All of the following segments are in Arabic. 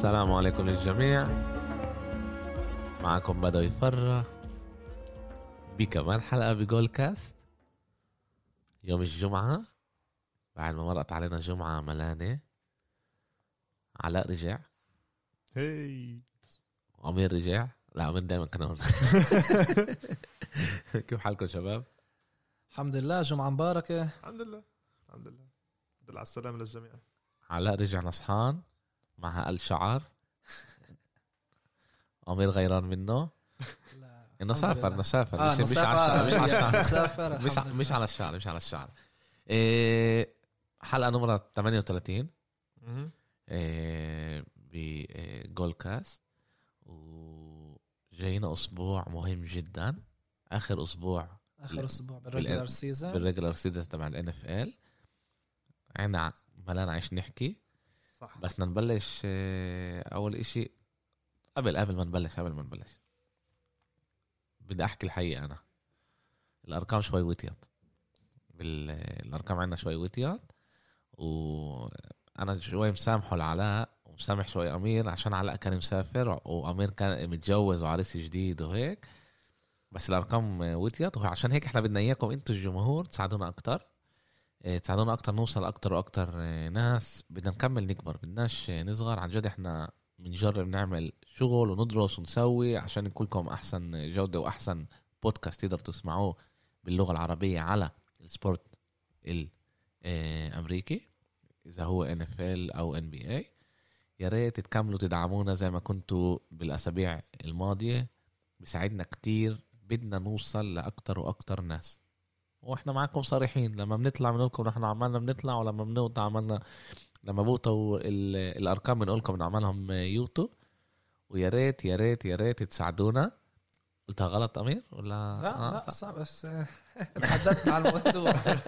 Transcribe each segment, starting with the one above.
السلام عليكم للجميع. معكم بدو يفرح بكمان حلقة بجول كاست يوم الجمعة بعد ما مرقت علينا جمعة ملانة. علاء رجع، هي عمير رجع. لا عمير دايما كان هون. كيف حالكم شباب؟ الحمد لله، جمعة مباركة. الحمد لله على السلامة للجميع. علاء رجع نصحان معها الشعر. عمير غيران منه انه سافر مش على الشعر. مش على الشعر. حلقة نمرة 38 بجول كاست، وجاينا اسبوع مهم جدا. اخر اسبوع بالريجولار سيزون تبع NFL. عنا ملانا عايش نحكي صح. بس نبلش. اول اشي قبل ما نبلش بدي احكي الحقيقة. انا الارقام شوي وطيت، الارقام عندنا شوي وطيت، وانا شوي مسامحه لعلاء ومسامح شوي امير عشان علاء كان مسافر وامير كان متجوز وعريس جديد وهيك. بس الارقام وطيت، وعشان هيك احنا بدنا اياكم انتوا الجمهور تساعدونا اكتر، نوصل اكتر واكتر ناس. بدنا نكمل نكبر، بدناش نصغر. عن جد احنا بنجرب نعمل شغل وندرس ونسوي عشان يكون لكم احسن جودة واحسن بودكاست تقدروا تسمعوه باللغة العربية على السبورت الامريكي، اذا هو NFL او NBA. يا ريت تكملوا تدعمونا زي ما كنتوا بالاسابيع الماضية، بيساعدنا كتير. بدنا نوصل لاكتر واكتر ناس، واحنا معكم صريحين. لما بنطلع بنقولكم نحن عملنا بنطلع، ولما بنوطى عملنا. لما بوطوا الارقام بنقولكم نعملهم يوتو. ويا ريت يا ريت يا ريت تساعدونا. قلتها غلط امير ولا لا صعب، بس تحدثنا على الموضوع.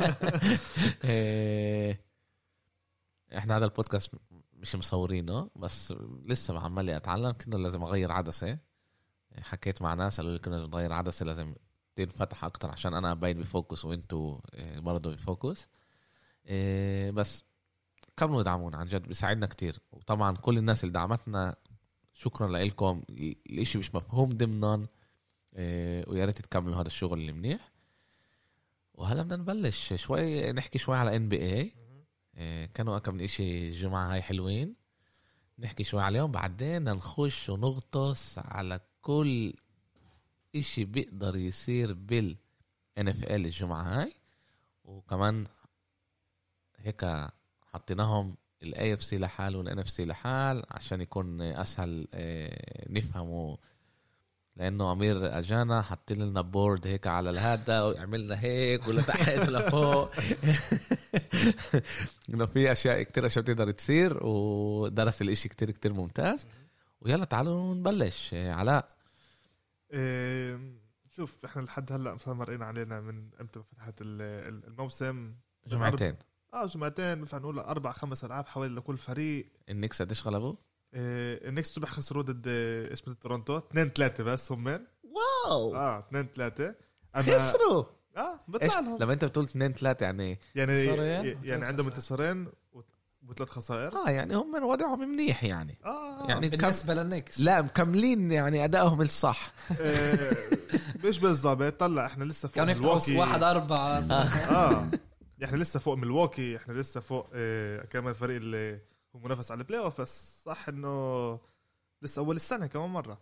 احنا هذا البودكاست مش مصورينه، بس لسه عمالي اتعلم. كنا لازم اغير عدسة. حكيت مع ناس قالوا لي كنا لازم نغير عدسة، لازم تنفتح اكتر عشان انا باين بفوكس وانتوا برضو بفوكس. بس كملوا يدعمونا، عن جد بيساعدنا كتير. وطبعا كل الناس اللي دعمتنا شكرا لكم. الاشي مش مفهوم ضمنا، ويا ريت تكملوا هذا الشغل اللي منيح. وهلا بدنا نبلش شوي نحكي شوي على NBA. كانوا كم اشي الجمعة هاي حلوين، نحكي شوي عليهم. بعدين نخش ونغطس على كل اشي بيقدر يصير بال NFL الجمعة هاي. وكمان هيك حطيناهم ال AFC لحال وال NFC لحال عشان يكون أسهل نفهمه. لأنه أمير أجانا حط لنا بورد هيك على الهذا وعملنا هيك ولا تحت ولا فوق. إنه في أشياء كتير تقدر تصير، ودرس الإشي كتير كتير ممتاز. ويلا تعالوا نبلش. علاء، شوف احنا لحد هلا مرقنا علينا من امتى فتحت الموسم؟ جمعتين. جمعتين. بنفع نقول 4-5 ألعاب حوالي لكل فريق. النكس قديش غلبوا؟ النكس صبح خسروا ضد اسمه تورونتو 2-3 بس هم. واو 2-3 خسروا. بطلع لهم. لما انت بتقول 2-3 يعني عندهم انتصارين وثلاث خسائر. يعني هم وضعهم منيح يعني. يعني بالنسبة للنكس لا مكملين يعني أدائهم الصح. مش بالضبط. طلع احنا لسه فوق كان ملواكي 1-4. احنا لسه فوق ملواكي. احنا لسه فوق كمان الفريق اللي هو منافس على البلاي اوف. بس صح انه لسه اول السنة كمان مرة.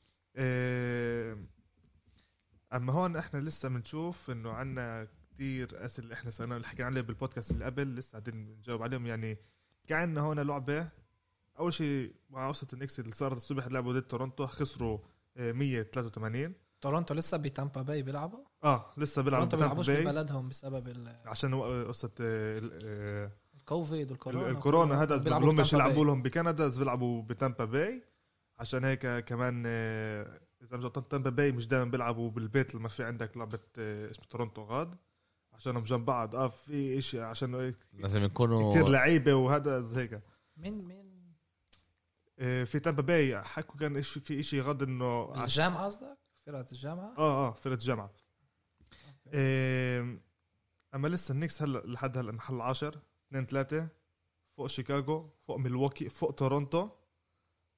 اما هون احنا لسه بنشوف انه عنا كتير اسئله احنا سألنا اللي حكينا عليه بالبودكاست اللي قبل، لسه قاعدين نجاوب عليهم. يعني كأننا هون لعبة. اول شيء مع وسط النكس اللي صارت الصبح لعبوا ضد تورونتو، خسروا 183. تورونتو لسه بتامبا باي بيلعبوا. لسه بيلعبوا بتامبا باي ببلدهم بسبب عشان قصة الكوفيد والكورونا. الكورونا. هذا بيقولوا مش يلعبوا لهم بكندا، بيلعبوا بتامبا باي. عشان هيك كمان إذا مجرد تامبا باي مش دائما بيلعبوا بالبيت لما في عندك لعبة اسمه تورونتو غاد، عشانهم جنب بعض. في إشي عشان لازم يكونوا كتير لعيبة وهذا زي هيك. مين في تامبا باي حكوا كان في إشي غاد إنه الجامعة. قصدك فرقة الجامعة؟ فرقة الجامعة. أما لسه النكس هلا لحد هلا محل 10 2-3 فوق شيكاغو، فوق ميلواكي، فوق تورونتو.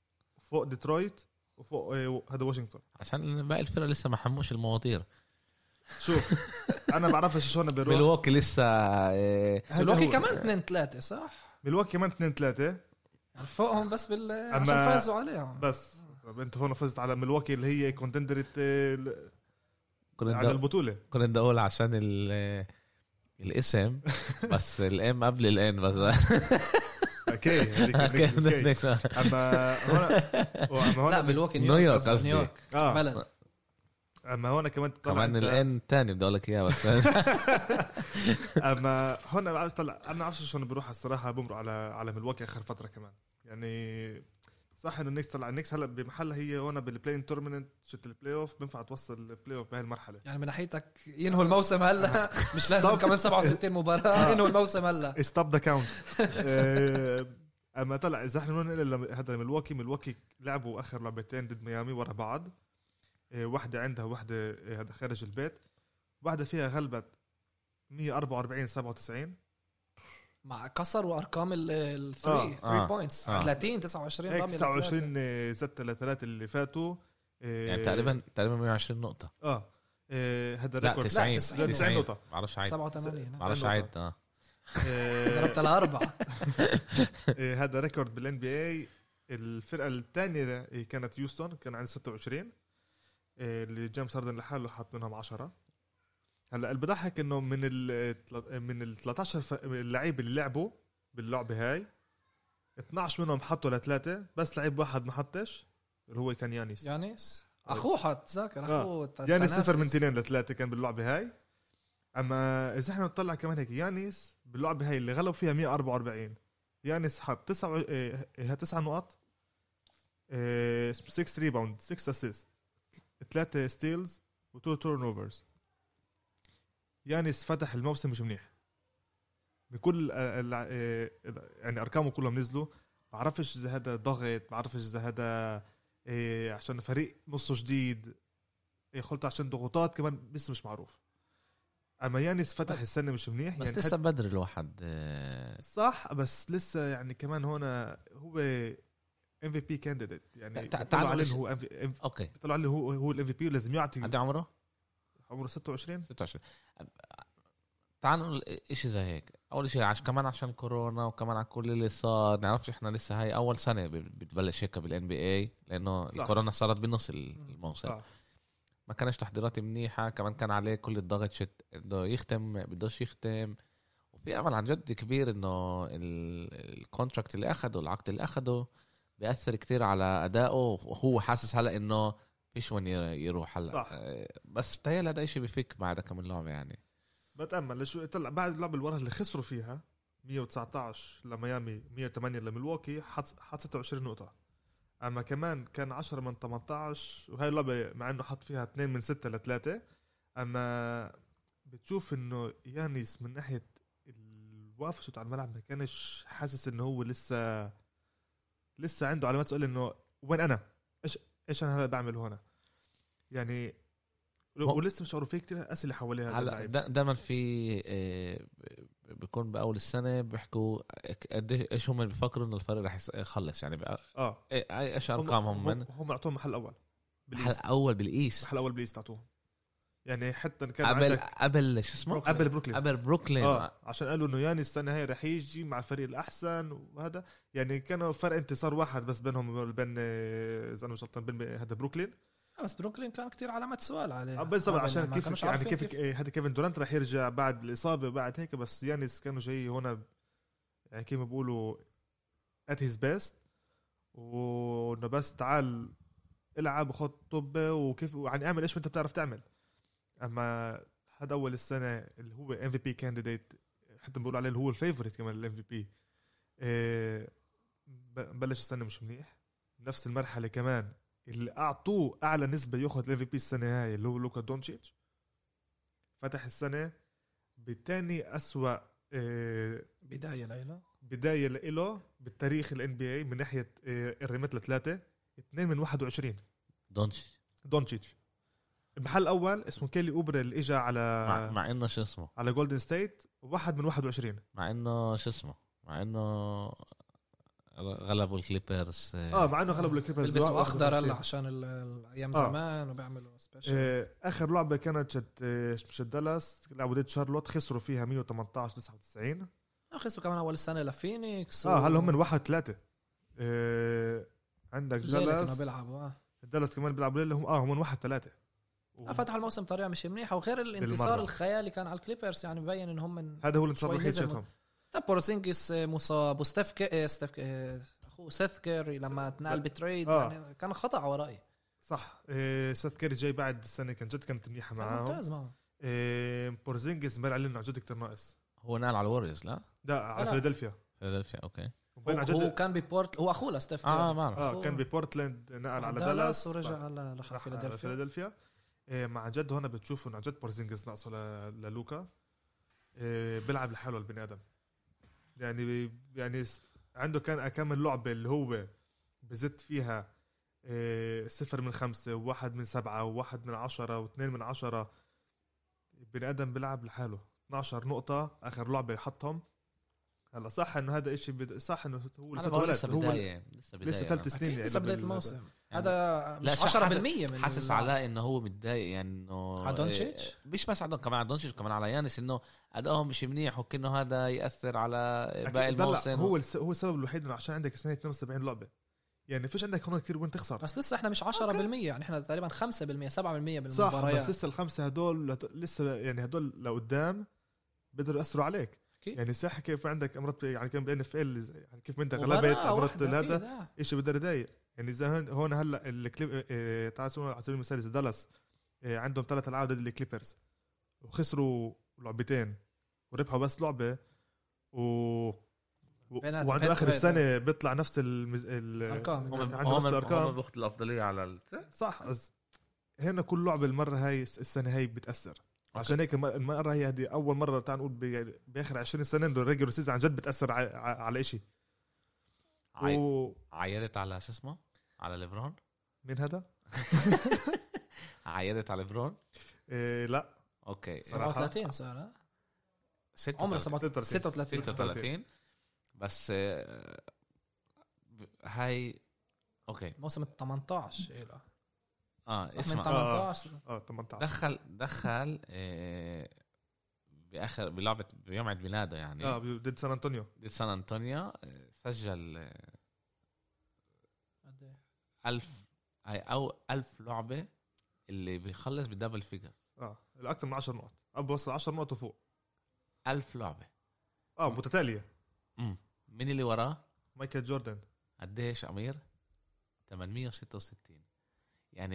فوق ديترويت وفوق هذا واشنطن. عشان باقي الفرق لسه ما حموش المواطير. شوف انا بعرفش شو انا بروح. ميلواكي لسه ميلواكي كمان 2-3 صح. ميلواكي كمان 2-3 يعني فوقهم بس عشان فازوا عليهم بس. طب انت فوق فزت على ميلواكي اللي هي كونتندرت على البطوله. كنا بدي اقول عشان الاسم بس الام قبل الان بس اوكي اما هون لا ميلواكي نيويورك بلد. اما هون كمان الان الثاني بدي اقول لك اياه بس اما هون طلع انا ما بعرفش شلون بروح الصراحه. بمرق على ميلواكي اخر فتره كمان. يعني صح انه النكس طلع النكس هلا بمحلها هي هون بالبلاين تورنمنت شت البلاي اوف بينفع توصل البلاي اوف بهي المرحله. يعني من ناحيتك ينهوا الموسم هلا مش لازم كمان 67 مباراه ينهوا الموسم هلا ستوب ذا كاونت. اما طلع اذا احنا هذا ميلواكي لعبوا اخر لعبتين ضد ميامي ورا بعض. واحده عندها واحده هذا خارج البيت. واحده فيها غلبت 144-97 مع كسر وارقام ال 3 بوينتس 30 29 رامي 29 6 3 اللي فاتوا. يعني تقريبا 120 نقطه. هذا ريكورد 90 نقطه. ما بعرفش عيد 87 ما بعرفش عيد ضربت الاربعه. هذا ريكورد بالان بي اي. الفرقه الثانيه كانت يوستن كان عند 26 اللي جيمس هاردن لحاله حط منهم 10. هلا اللي بضحك انه من ال 13 اللعيب اللي لعبوا باللعبه هاي 12 منهم حطوا ل3 بس لعيب واحد ما حطش اللي هو كان يانيس اخوه حط ذاكر اخوه يانيس 0 من 2 ل3 كان باللعبه هاي. اما اذا احنا نطلع كمان هيك يانيس باللعبه هاي اللي غلب فيها 144 يانيس حط 9 نقط 6 ريباوند 6 اسيست 3 ستيلز و2 تورن اوفرز. يانيس فتح الموسم مش منيح بكل يعني ارقامه كلهم نزلوا. بعرفش اذا هذا ضغط بعرفش اذا هذا عشان فريق نصه جديد قلت عشان ضغوطات كمان بس مش معروف. اما يانيس فتح السنه مش منيح بس يعني لسه بدري الواحد صح بس لسه يعني كمان هنا هو MVP candidate يعني تعالوا عليه هو اوكي طلع عليه هو ال MVP ولازم يعطي. قد عمره 26 تعالوا نقول شيء زي هيك. اول شيء عشان كورونا وكمان على كل اللي صار نعرفش احنا لسه هاي اول سنه بتبلش هيك بالان بي اي لانه صح. الكورونا صارت بنص الموسم ما كانش تحضيرات منيحه. كمان كان عليه كل الضغط انه يختم بدوش يختم. وفي امل عن جد كبير انه الكونتراكت اللي اخده العقد اللي اخده بيأثر كتير على أدائه وهو حاسس هلا إنه فيش وين يروح هلا صح. بس بتهيألي هذا إشي بفك مع هذا كم لعبة يعني. بتأمل لشو طلع بعد اللعبة اللي ورا اللي خسروا فيها 119 لميامي 108 لميلواكي حط 26 نقطة. أما كمان كان 10 من 18 وهاي اللعبة مع إنه حط فيها 2 من 6 ل3. أما بتشوف إنه يانيس من ناحية الوقفة على الملعب ما كانش حاسس إنه هو لسه عنده علامات سؤال انه وين انا ايش انا هلا بعمل هنا يعني. ولسه مش عارف في كتير اسئله حواليها هلا دائما في بيكون باول السنه بيحكوا ايش هم بيفكروا انه الفريق رح يخلص يعني ايش ارقامهم هم اعطوهم محل اول بالايست محل اول بالايست اعطوهم يعني حتى كان قبل شو اسمه قبل بروكلين عشان قالوا انه ياني السنه هاي رح يجي مع الفريق الاحسن وهذا يعني كانوا فرق انتصار واحد بس بينهم بين اذا انا مش غلطان بين هذا بروكلين. بس بروكلين كان كتير علامات سؤال عليه بالضبط عشان كيف يعني كيف هذا كيفن دورانت رح يرجع بعد الاصابه وبعد هيك. بس يانيس كانوا جاي هنا يعني كيف بيقولوا at his best وانه بس تعال العب وخذ طبه وكيف يعني اعمل ايش انت بتعرف تعمل. اما هذا اول السنه اللي هو MVP candidate حتى بيقولوا عليه اللي هو الفيفوريت كمان MVP. بلش السنه مش منيح. نفس المرحله كمان اللي اعطوه اعلى نسبه ياخذ MVP السنه هاي اللي هو لوكا دونتشيتش فتح السنه بالتاني أسوأ بدايه له بالتاريخ ال NBA من ناحيه الرمات ل3 2 من 21. دونتشيتش المحل الاول اسمه كيلي اوبرا اللي اجى على مع انه شو اسمه على جولدن ستيت 1 من 21 مع انه شو اسمه مع انه غلبوا الكليبرز مع انه غلبوا الكليبرز بيلبسوا اخضر هلا عشان الايام زمان وبيعملوا سبيشال. اخر لعبه كانت مش دالاس لعبوا ضد شارلوت خسروا فيها 118-99. خسروا كمان اول السنه لفينيكس هلا هم من 1-3. عندك دالاس كانوا بيلعبوا دالاس كمان بيلعبوا ليله هم من 1-3 فتحوا الموسم بطريقه مش منيحه. وغير الانتصار الخيالي كان على الكليبرز يعني مبين ان هم هذا هو الانتصار الوحيد شفتهم. طب بورزينجس مصاب اخوه سيث كيري لما اتنقل بتريد يعني كان خطأ ورائي صح. سيث كيري جاي بعد السنه كانت منيحه معاه ممتاز معه. بورزينجس بان عليه انه عن جد كتير ناقص. هو نقل على الوريوز لا على فيلادلفيا اوكي. هو كان ببورت هو اخوه ستيف كان ببورتلاند نقل على دالاس ورجع على فيلادلفيا. مع جد هنا بتشوفوا انه عن جد بورزينجس ناقصه للوكا. بيلعب لحاله البني ادم يعني عنده كان اكمل لعبه اللي هو بزت فيها 0 من 5 و1 من 7 و1 من 10 و2 من 10. بني ادم بيلعب لحاله 12 نقطه اخر لعبه حطهم. هلا صح انه هذا إشي صح انه هو لسه 3 سنين يعني لسه بدايه الموسم. هذا مش 10% من حاسس على انه هو متضايق يعني انه دونتشيتش مش بس عندهم كمان دونتشيتش كمان على يانس انه ادائهم مش منيح وكأنه هذا يأثر على باقي الموسم. هو السبب الوحيد انه عشان عندك سنه 72 لعبه يعني فيش عندك هون كثير وين تخسر. بس لسه احنا مش 10% يعني احنا تقريبا 5% 7% بالمباريات. صح بس لسه الخمسه هدول لسه يعني هدول لقدام بيقدروا يأثروا عليك يعني صح. كيف عندك امرات يعني كان بين NFL يعني كيف انت غلبت امرات هذا ايش بده يضايق يعني زي هون هلا الكليب تعالوا على سبيل المثال دالاس عندهم 3 ألعاب ضد الكليبرز وخسروا لعبتين وربحوا بس لعبه وعند اخر السنه بيطلع نفس الارقام هم بياخذوا الافضليه على صح. هنا كل لعبه المره هاي السنه هاي بتاثر. عشان هيك المره هي هذه اول مره تعال نقول باخر 20 سنه انه الريجولر سيزون عن جد بتاثر على إشي. عيدت على شو اسمه على ليبرون. مين هذا؟ عيدت على ليبرون لا اوكي 37 صار عمره 36 بس هاي اوكي موسم 18 لا اسمع 18 دخل باخر بلعبه بيوم عيد ميلاده يعني ضد سان أنطونيو سجل 1000 او 1000 لعبه اللي بيخلص بدبل فيجر الاكثر من 10 نقط بوصل 10 نقط وفوق 1000 لعبه متتاليه. مين اللي وراه؟ مايكل جوردن. قديش امير؟ 866 يعني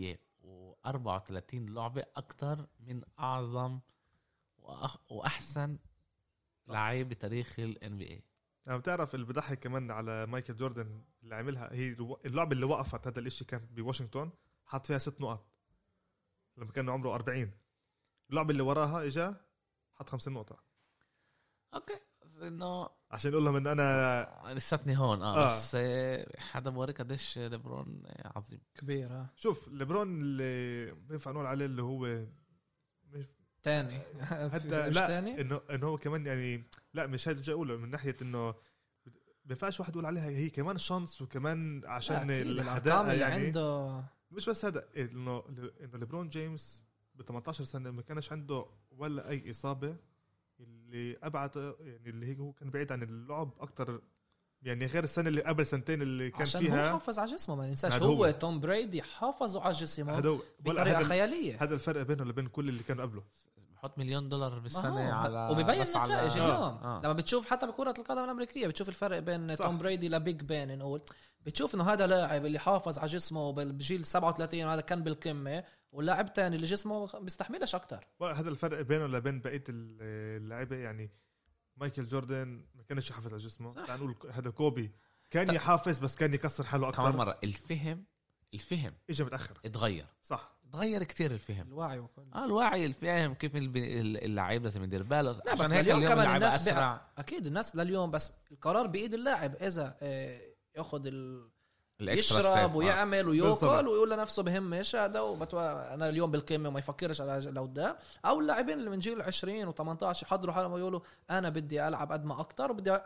134 لعبة أكتر من أعظم وأحسن لاعب بتاريخ ال NBA. بتعرف اللي بضحك كمان على مايكل جوردن اللي عملها هي اللعبة اللي وقفت هذا الاشي كان بواشنطن حط فيها 6 نقط لما كان عمره 40. اللعبة اللي وراها إجا حط 5 نقطة. أوكي إنه عشان يقول لهم إن أنا لساتني هون بس حدا موريك قديش ليبرون عظيم كبير. شوف ليبرون اللي بينفع نقول عليه اللي هو تاني حتى لا تاني؟ إنه هو كمان يعني لا مش هذا جاي أقوله من ناحية إنه بينفعش واحد يقول عليها هي كمان شانس وكمان عشان الأرقام اللي يعني عنده. مش بس هذا إنه ليبرون جيمس ب18 سنة ما كانش عنده ولا أي إصابة اللي أبعد يعني اللي هو كان بعيد عن اللعب أكتر يعني غير السنة اللي قبل سنتين اللي كان عشان فيها عشان هو حافظ على جسمه ما ننساش هو توم بريدي حافظوا على جسمه بطريقة خيالية. هذا الفرق بينه وبين كل اللي كانوا قبله. بحط $1,000,000 بالسنة على وبيبين النتائج اليوم لما بتشوف حتى بكرة القدم الأمريكية بتشوف الفرق بين توم بريدي لبيج بين نقول بتشوف إنه هذا لاعب اللي حافظ على جسمه بالجيل 37 وهذا كان بالقمة واللاعب تاني اللي جسمه بيستحملش أكتر. هذا الفرق بينه وبين بقية اللاعبة يعني مايكل جوردن ما كانش يحافظ على جسمه. تعال نقول هذا كوبي كان يحافظ بس كان يكسر حاله أكتر. كمان مرة الفهم إجا متأخر اتغير صح تغير كتير الفهم الوعي وكل الوعي الفهم كيف اللاعب لازم يدير باله. لا بس اليوم كمان الناس اكيد الناس لليوم بس القرار بايد اللاعب اذا ياخذ يشرب ويعمل وياكل ويقول لنفسه بهمش هذا انا اليوم بالقمه وما يفكرش على لقدام او اللاعبين اللي من جيل 20 و18 يحضروا حالهم ويقولوا انا بدي العب قد ما اكتر وبدي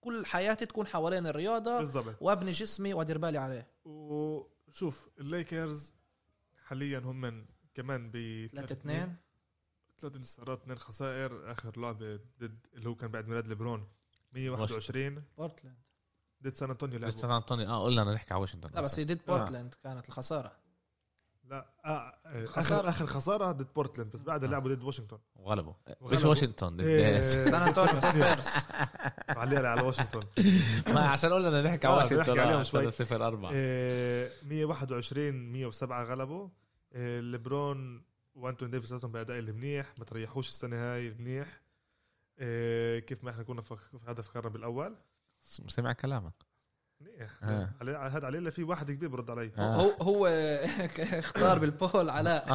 كل حياتي تكون حوالين الرياضة بالضبط. وابني جسمي وادير بالي عليه. وشوف الليكرز حاليا هم كمان ب 3-2 3 انتصارات 2 خسائر. اخر لعبه ضد اللي هو كان بعد ميلاد ليبرون 121 بورتلاند ضد سان انطونيو. بس سان انطونيو قلنا نحكي على واشنطن. لا بس هي ضد بورتلاند كانت الخسارة. لا خسارة. اخر خساره ضد بورتلاند بس بعد لعبوا ضد واشنطن وغلبوا. مش واشنطن ضد سان انطونيو سبيرز. على واشنطن. ما عشان قلنا نحكي على نحكي عليهم واشنطن شوي. 0-4 121 107 غلبوا. ليبرون وانتون ديفيس اصلا باداء اللي منيح، ما تريحوش السنه هاي منيح. كيف ما احنا كنا في هذا فكرنا بالاول. سمع كلامك منيح. هذا عليه في واحد كبير برد علي. هو اختار بالبول علاء.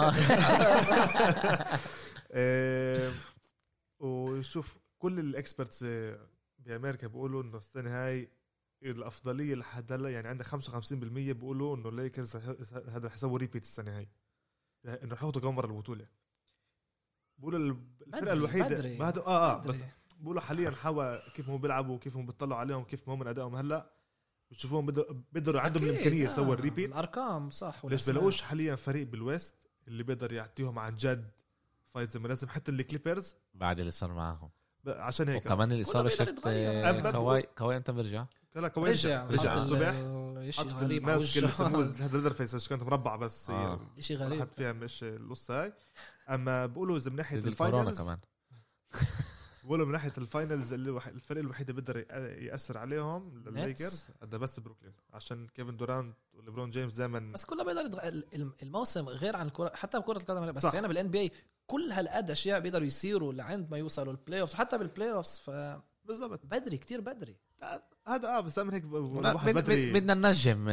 وشوف كل الاكسبرتس بامريكا بيقولوا انه السنه هاي الافضليه لحد هلا، يعني عندك 55% بيقولوا انه الليكرز هذا حيسووا ريبيت السنه هاي، انه يحطوا كم مره البطوله. بيقولوا الفرقه الوحيده ما هذا بس بيقولوا حاليا حوا كيف هم بيلعبوا وكيف هم بيطلعوا عليهم كيف هم من ادائهم هلا بتشوفوهم بيقدروا عندهم الامكانيه يسووا الريبيت. الارقام صح. ليش بلاقوش حاليا فريق بالويست اللي بيقدر يعطيهم عن جد فايت زي ما لازم؟ حتى اللي كليبرز بعد اللي صار معاهم عشان هيك وكمان الإصابة شفت كواي أنت برجع لا كواي رجع الصبح شيء غريب. ماسك هذا الانترفيس كانت مربعة بس شيء غريب راحت فيها مش النص هاي. أما بقولوا إذا من ناحية الفاينلز الفاينلز بقولوا من ناحية الفاينلز الفريق الوحيد بيقدر يأثر عليهم للليكرز هذا بس بروكلين، عشان كيفن دورانت وليبرون جيمس دائما بس كله بيقدر الموسم غير عن الكرة، حتى بكرة القدم بس هنا بالان بي كل هالقد اشياء بيقدروا يصيروا لعند ما يوصلوا البلاي اوف. حتى بالبلاي اوف بالضبط بدري كتير بدري هذا بس من هيك بدنا ننجم.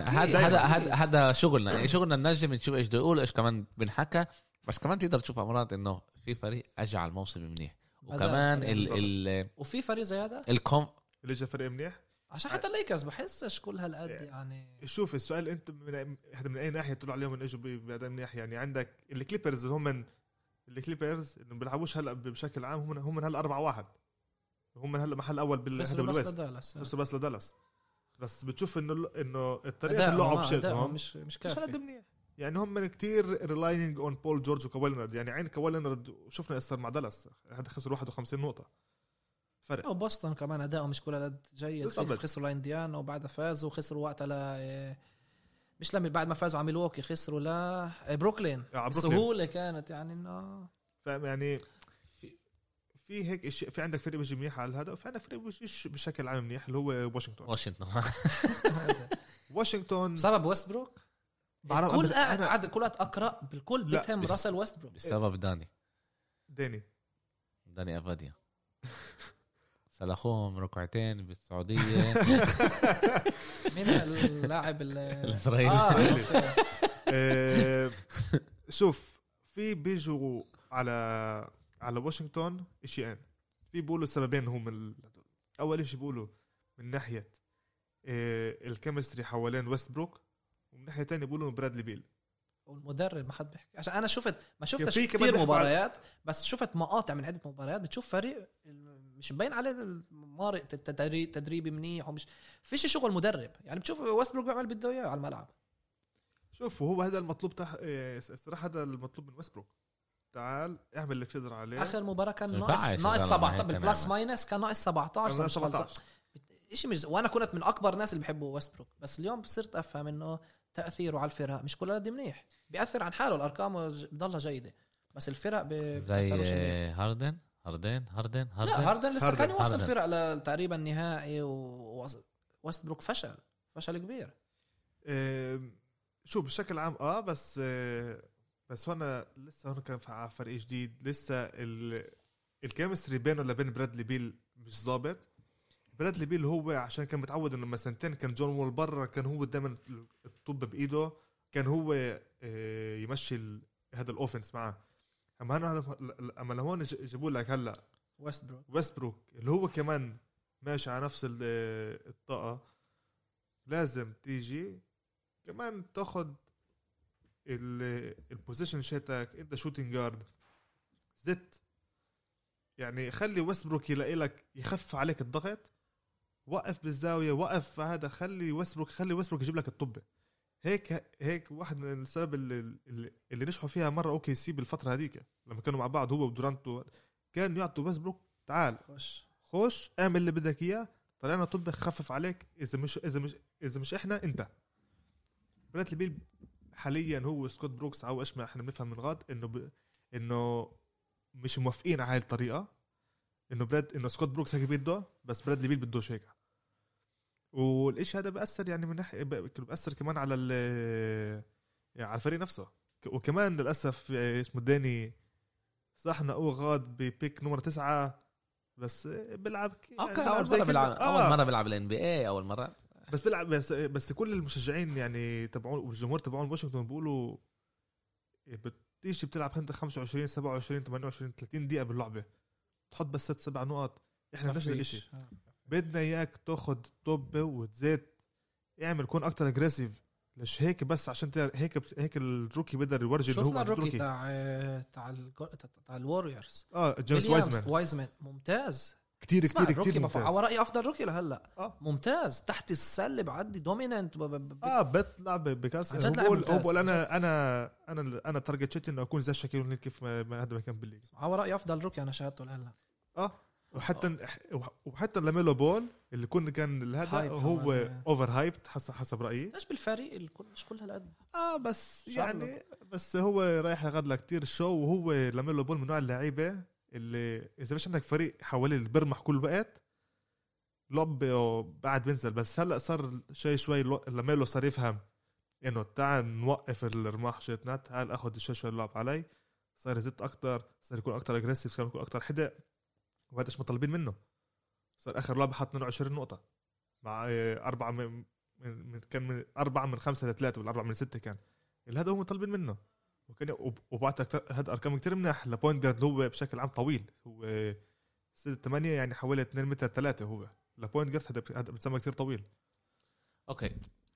هذا شغلنا ننجم نشوف ايش بده يقول ايش كمان بنحكى، بس كمان تقدر تشوف امراض انه في فريق اجى على الموسم منيح وكمان وفي فريق زي هذا اللي جا فريق منيح. عشان حتى الليكرز بحسش كل هالقد يعني. شوف السؤال انت من اي ناحيه تطلع عليهم من اجوا باداء منيح؟ يعني عندك الكليبرز هم الكليبرز اللي بيلعبوش هلا بشكل عام هم من هلا 4-1 هم من هلا محل اول بالويست بس لدالاس. بس بتشوف انه الطريقه اللعب شتهم مش كافي يعني هم كتير ريلاينج اون بول جورج وكوالينرد. يعني عين كوالينرد شفنا يصير مع دالاس هذا خسر 51 نقطه فرق. وبوسطن كمان اداؤه مش كل هذا جيد. خسروا لانديانا وبعدها فازوا وخسروا وقتها مش لما بعد ما فازوا على ميلواكي خسروا لا بروكلين بسهوله كانت يعني انه فاهم يعني في هيك في عندك فريق بيجي منيح على هذا وفي عندك فريق بيجيش بشكل عام منيح اللي هو واشنطن بسبب ويستبروك. كل قاعد اقرا بالكل بيتهم راسل ويستبروك بسبب داني افاديا سلخوهم ركعتين بالسعوديه. مين اللاعب الاسرائيلي؟ شوف في بيجوا على واشنطن شيئين في بيقولوا السببين هم اول شيء بيقولوا من ناحيه الكيمستري حوالين ويستبروك ومن ناحيه ثانيه بيقولوا برادلي بيل والمدرب. ما حد بيحكي عشان انا ما شفتش كتير مباريات بس شفت مقاطع من عده مباريات. بتشوف فريق مش مبين عليه مارق تدريبي منيح ومش فيش شغل مدرب. يعني بتشوف ويستبروك بيعمل بده اياه على الملعب. شوف وهو هذا المطلوب الصراحه هذا المطلوب من ويستبروك. تعال اعمل اللي بتقدر عليه. اخر مباراه كان ناقص 17 بالبلس ماينس كان ناقص 17 شيء مش. وانا كنت من اكبر الناس اللي بحبوا ويستبروك بس اليوم صرت افهم انه تاثيره على الفرق مش كل قد منيح. بياثر عن حاله الارقام بضلها جيده بس الفرق زي هاردن لسه كان يوصل فرق لتقريبا النهائي وويستبروك فشل كبير. شو بشكل عام بس هنا لسه كان في فريق جديد لسه الكيمستري بينه وبين برادلي بيل مش ضابط. برادلي بيل هو عشان كان متعود انه سنتين كان جون وول برا كان هو دائما الطب بايده كان هو يمشي هذا الاوفنس معه. اما لهون جابوا لك هلا ويستبروك اللي هو كمان ماشي على نفس الطاقه لازم تيجي كمان تاخد البوزيشن شاتك انت شوتينج جارد زت يعني خلي ويستبروك يلاقي لك يخف عليك الضغط وقف بالزاويه، وقف هذا، خلي ويسبروك يجيب لك الطبه. هيك واحد من السبب اللي نجحوا فيها مره اوكي سي بالفتره هذيك لما كانوا مع بعض هو ودورانتو، كان يعطوا ويسبروك تعال خش اعمل اللي بدك اياه، طلعنا طبه خفف عليك، اذا مش احنا انت. برادلي بيل حاليا هو سكوت بروكس او ايش ما احنا بنفهم من غاد انه مش موافقين على هاي الطريقه، انه سكوت بروكس هيك بده، بس برادلي بيل بدوش هيك. والإشي هذا بأثر يعني من ناحية بأثر كمان على على الفريق نفسه. وكمان للأسف اسمه داني صح نقوه غاد ببيك نمرة 9 بس بيلعب اوكي اول مرة بيلعب الان بي اي اول مرة بس بيلعب بس كل المشجعين يعني تبعون والجمهور تبعون واشنطن بيقولوا بتيجي بتلعب 25 27 28 30 دقيقة باللعبة تحط بس 6-7 نقط. احنا نفس الشيء بدنا اياك تاخد طبه وتزيد اعمل كون اكتر اجريسيف. ليش هيك بس عشان هيك الروكي بقدر يورجي انه هو شفنا الروكي تاع الواريورز جيمس وايزمان ممتاز كتير ممتاز. على رأيي افضل روكي لهلا ممتاز تحت السله بعدي دوميننت بطلع بكاس. هو بقول انا تارجت شيت انه اكون زي شاكيل اونيل كيف ما هذا ما كان بالليج. على رأيي افضل روكي انا شاهدته لهلا. وحتى لاميلو بول اللي كان هذا هو اوفر هايبت حسب رايي. ايش بالفريق الكل مش كل هالقد بس يعني بس هو رايح ياخذ له كتير شو. وهو لاميلو بول من نوع اللعيبه اللي اذا مش عندك فريق حوالي اللي برمح كل وقت لعب بعد بنزل. بس هلا صار شوي لاميلو صار يفهم انه تعال نوقف الرماح شيتنا، تعال اخذ شوي اللعب علي، صار يزت اكتر، صار يكون اكتر اجريسيف، صار يكون اكتر حدا. وهذا ايش مطالبين منه. صار اخر لعبه حط 22 نقطه مع 4 من 4 من 5 ل3 ولا 4 من 6 كان هذا هو مطالبين منه. وكان وبعتك هذا ارقام كتير منيح لبوينت جارد. هو بشكل عام طويل، هو 6-8 يعني حوالي 2 متر 3. هو لبوينت جارد هذا بتسمى كتير طويل. اوكي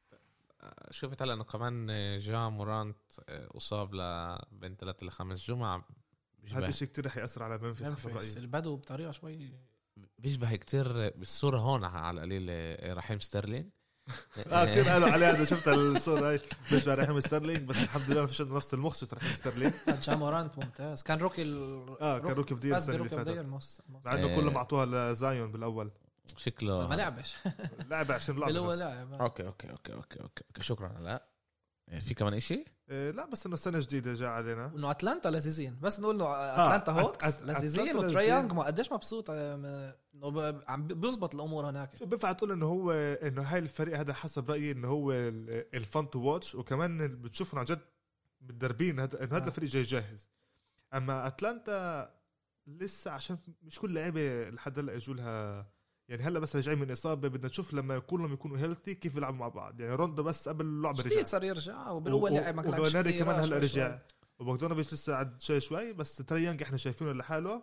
شفت هلا انه كمان جا مورانت اصاب بين 3 ل 5 جمعة. هذا الشيء كتير رح يأثر على منفس. البدو بطريقة شوي بيشبه كتير بالصورة هون على القليل رحيم ستيرلينج. كتير قالوا عليه هذا. شفت الصورة هاي بيشبه رحيم ستيرلينج بس الحمد لله ما فيش نفس المخ. شفت رحيم ستيرلينج جا مورانت ممتاز كان روكي كان روكي بدير السنة اللي فاتت مع انه كله معطوها لزايون بالاول شكله ما لعبش لعب عشان لعب. اوكي شكرا. لا في كمان إشي لا بس انه سنه جديده جاء علينا انه اتلانتا لذيذين. بس نقول انه اتلانتا هوكس لذيذين وتريانج ما قديش مبسوط انه عم بيزبط الامور هناك. بينفع تقول انه هاي الفريق هذا حسب رايي انه هو الفان تو واتش. وكمان بتشوفهم عن جد متدربين هذا الفريق جاي جاهز. اما اتلانتا لسه عشان مش كل لعيبه لحد هلا اجوا لها يعني. هلا بس جاي من اصابه بدنا نشوف لما كلهم يكونوا هيلثي كيف بيلعبوا مع بعض. يعني روندا بس قبل اللعبه رجع صار يرجع وبالاول لعب ما كلش كمان هلا رجع وبوغدانوفيتش لسه عاد شوي بس تريانج احنا شايفينه لحاله.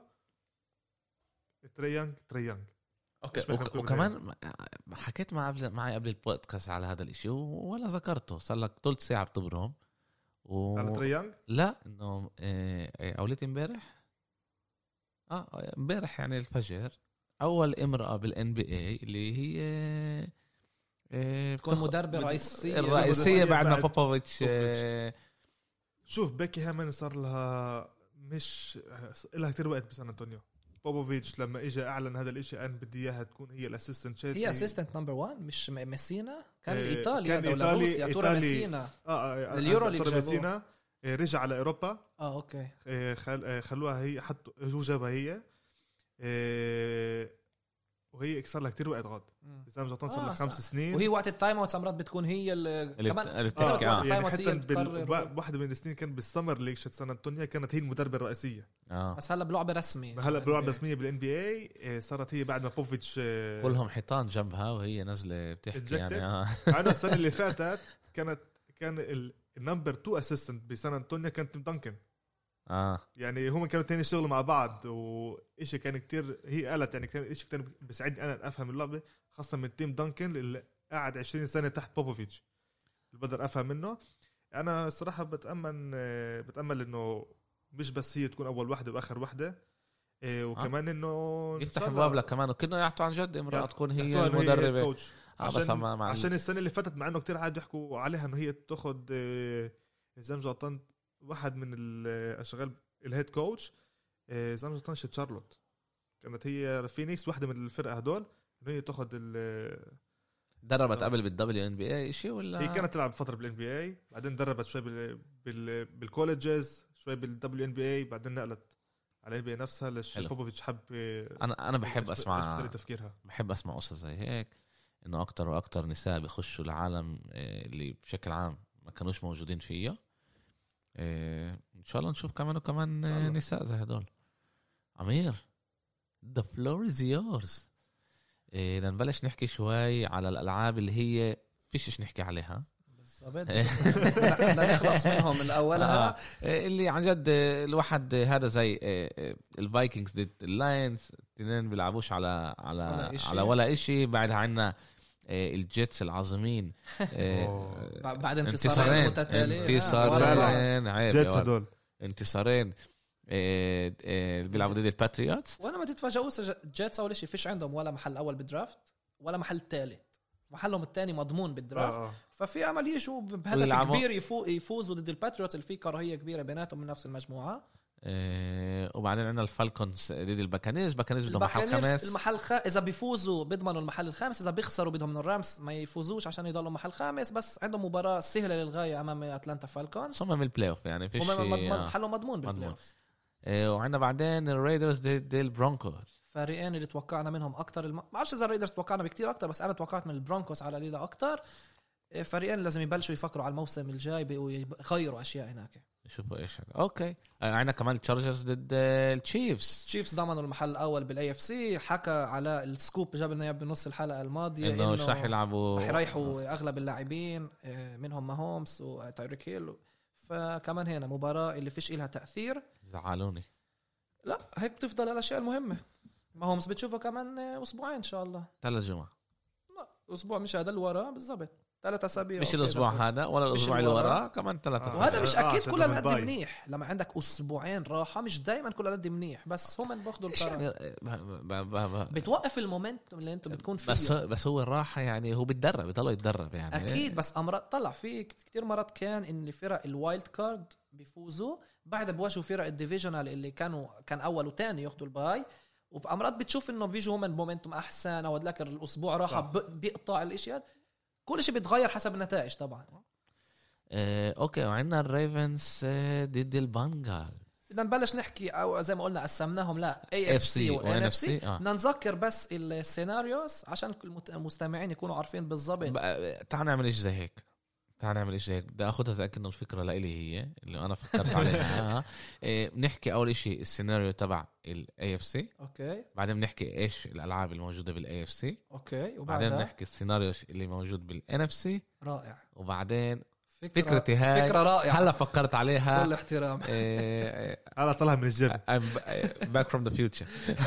تريانج اوكي وكمان حكيت معي قبل البودكاست على هذا الاشي ولا ذكرته. صار لك ثلث ساعه بتبرهم على تريانج. لا انه اولتي امبارح يعني الفجر اول امرأة بالان بي اي اللي هي تكون مدربة الرئيسية بعد ما بوبوفيتش. شوف بيكي هامن صار لها مش لها كتير وقت بسان أنطونيو. بوبوفيتش لما اجى اعلن هذا الاشي انا بدي اياها تكون هي الاسيستنت شيت. هي اسيستنت نمبر 1 مش ميسينا كان الايطالي هذا ولا روسيا تورا ميسينا اليورو اللي جابوه رجع على اوروبا. اوكي خلوها هي حطوا جابها هي وهي صار لها كتير وقت غاد. إذا مش صار لها 5 سنين وهي وقت التايم اوت سمرات بتكون هي كمان يعني حتى واحدة من السنين كان بالسمر ليج شت سان أنطونيو كانت هي المدربة الرئيسية. بس هلا بلعبة رسمي. هلا بلعبة رسمية بالان بي اي صارت هي بعد ما بوفيتش كلهم حيطان جنبها وهي نازلة بتحكي يعني أنا السنة اللي فاتت كان النمبر 2 اسيستنت بسان أنطونيو كانت دانكن. يعني هم كانوا تاني يشتغلوا مع بعض وإشي كان كتير. هي قالت يعني كان إشي كتير بيساعدني أنا أفهم اللعبة خاصة من تيم دانكن اللي قاعد 20 سنة تحت بوبوفيتش اللي بقدر أفهم منه. أنا صراحة بتأمل إنه مش بس هي تكون أول واحدة وآخر واحدة. وكمان انه يفتح الباب لك كمان وكأنه يعطوا عن جد امرأة تكون هي المدربة عشان السنة اللي فاتت مع انه كتير عاد يحكوا عليها انه هي تاخد زمزوطن واحد من الاشغال الهيد كوتش. زمزوطن شارلوت كانت هي فينيكس واحدة من الفرقة هدول انه هي تاخد دربت قبل بالدبليو ان بي اي شيء ولا هي كانت تلعب فترة بالان بي اي بعدين دربت شوي بالكوليجز شوي بالدبليو ان بي اي بعدين نقلت على البي نفسها ليش بوبوفيتش حب. انا بحب اسمع تفكيرها بحب اسمع قصص زي هيك انه اكتر واكتر نساء بيخشوا العالم اللي بشكل عام ما كانوش موجودين فيه. ان شاء الله نشوف كمان وكمان نساء زي هدول. عمير the floor is yours. نبلش نحكي شوي على الالعاب اللي هي فيش نحكي عليها بالضبط بدنا نخلص منهم من اولها. اللي عن جد الواحد هذا زي الفايكنجز ضد اللاينز الاثنين بيلعبوش على ولا إشي. بعدها عنا الجيتس العظيمين بعد انتصارين متتاليين جيتس هدول انتصارين بيلعبوا ضد الباتريوتس. وانا ما تتفاجئوش جيتس اول شيء فيش عندهم ولا محل اول بالدرافت ولا محل ثالث محلهم الثاني مضمون بالدرافت. ففي امل يجوا بهدف كبير يفوزوا ضد الباتريوتس اللي في كراهيه كبيره بيناتهم من نفس المجموعه. وبعدين عندنا الفالكونز ضد الباكانيرز بدهم محل خامس. اذا بيفوزوا بيضمنوا المحل الخامس اذا بيخسروا بدهم من الرامس ما يفوزوش عشان يضلوا محل خامس. بس عندهم مباراه سهله للغايه امام اتلانتا فالكونز هم من البلاي اوف يعني فيش محلهم مضمون بالبلاي اوف. وعندنا بعدين الريدرز ضد البرونكوز فريقين اللي توقعنا منهم اكتر ما بعرفش اذا الريدرز توقعنا بكتير اكتر بس انا توقعت من البرونكوز على قليله اكتر. فريقين لازم يبلشوا يفكروا على الموسم الجاي ويغيروا اشياء هناك. شوفوا ايش اوكي. عندنا كمان التشارجرز ضد التشيفز ضمنوا المحل الاول بالاي اف سي. حكى على السكوب جاب لنا بنص الحلقه الماضيه انه مش راح يلعبوا راح يريحوا اغلب اللاعبين منهم ماهومز وتايريك هيل. فكمان هنا مباراه اللي فيش إلها تاثير. زعلوني لا هيك بتفضل الاشياء المهمه. ماهومز بتشوفه كمان اسبوعين ان شاء الله 3 جمعة لا اسبوع مش هذا اللي وراه بالضبط 3 أسابيع مش الاسبوع هذا ولا الاسبوع اللي وراه كمان 3 أسابيع. وهذا مش اكيد كل القد منيح لما عندك اسبوعين راحه مش دائما كل القد منيح بس هم بياخذوا القرار بتوقف المومنتوم اللي انتم بتكون فيه. بس هو الراحه يعني هو بيتدرب بيضل يتدرب يعني اكيد. بس امرات طلع في كتير مرات كان ان فرق الوايلد كارد بيفوزوا بعد بواجهوا فرق الديفيجنال اللي كان اول وثاني ياخذوا الباي. وبامرات بتشوف انه بيجوا هم المومنتوم احسن او ذاك الاسبوع راحه بيقطع الاشياء. كل شيء بيتغير حسب النتائج طبعا. اوكي. وعندنا الريفنز ضد البنغال. بدنا نبلش نحكي او زي ما قلنا قسمناهم لا اي اف سي وان اف سي. بدنا نذكر بس السيناريوز عشان كل المستمعين يكونوا عارفين بالضبط. تعال نعمل ايش زي هيك بدي اخذها زي كأنه الفكره لإلي هي اللي انا فكرت عليها. بنحكي اول شيء السيناريو تبع الاي اف سي. اوكي. بعدين بنحكي ايش الالعاب الموجوده بالاي اف سي. اوكي. وبعدين بنحكي السيناريو اللي موجود بالان اف سي. رائع. وبعدين فكرتي هاي فكره رائعه هلا فكرت عليها كل احترام. انا طلع من الجيم back from the future.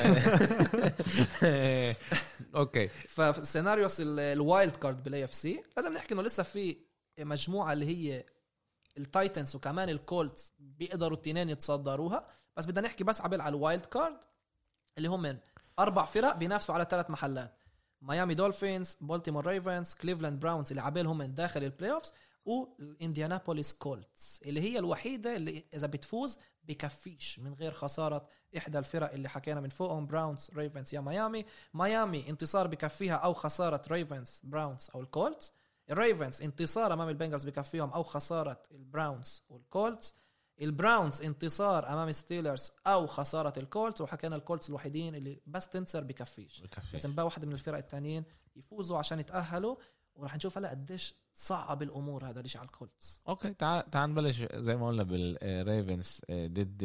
اوكي. فالسيناريوس الوايلد كارد بالاي اف سي لازم نحكي انه لسه في مجموعة اللي هي التايتنز وكمان الكولتس بيقدروا التنين يتصدروها. بس بدنا نحكي بس على الوايلد كارد اللي هم من 4 فرق بينافسوا على 3 محلات. ميامي دولفينز بولتيمور ريفنز كليفلاند براونز اللي عبالهم من داخل البلاي اوفز والانديانابوليس كولتس اللي هي الوحيدة اللي إذا بتفوز بكفيش من غير خسارة إحدى الفرق اللي حكينا من فوقهم براونز ريفنز يا ميامي انتصار بكفيها أو خسارة ريفنز براونز أو الكولتس. الريفنز انتصار امام البنجلز بكفيهم او خساره البراونز والكولتس. البراونز انتصار امام ستيلرز او خساره الكولتس. وحكينا الكولتس الوحيدين اللي بس تنسر بكفيش. لازم بقى واحد من الفرق التانيين يفوزوا عشان يتاهلوا. وراح نشوف هلا قديش صعب الامور هذا الشيء على الكولتس. اوكي. تعال نبلش زي ما قلنا بالريفنز ضد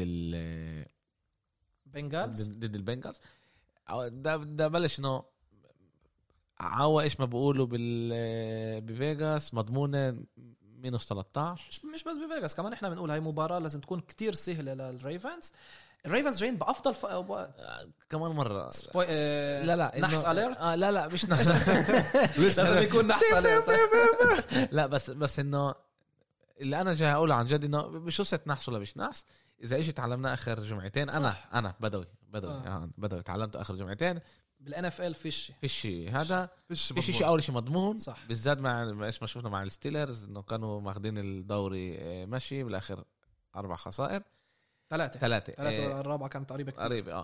البنجلز. ده بلش انه عوا ايش ما بقولوا بفيغاس مضمونه -13. مش بس بفيغاس كمان احنا بنقول هاي مباراه لازم تكون كتير سهله للريفنز. الريفنز جايين بافضل كمان مره لا نحس اليرت. لا مش نحس. لازم يكون نحس اليرت. لا بس انه اللي انا جاي اقول عن جد انه مش قصه نحس ولا مش نحس. اذا ايش تعلمنا اخر جمعتين صح. انا بدوي تعلمت اخر جمعتين بالان اف ال فيش هذا فيش شيء اول شيء مضمون صح. بالذات مع ايش ما شفنا مع الستيلرز انه كانوا ماخذين الدوري ماشي بالاخر 4 خسائر 3 الرابعه كانت قريبه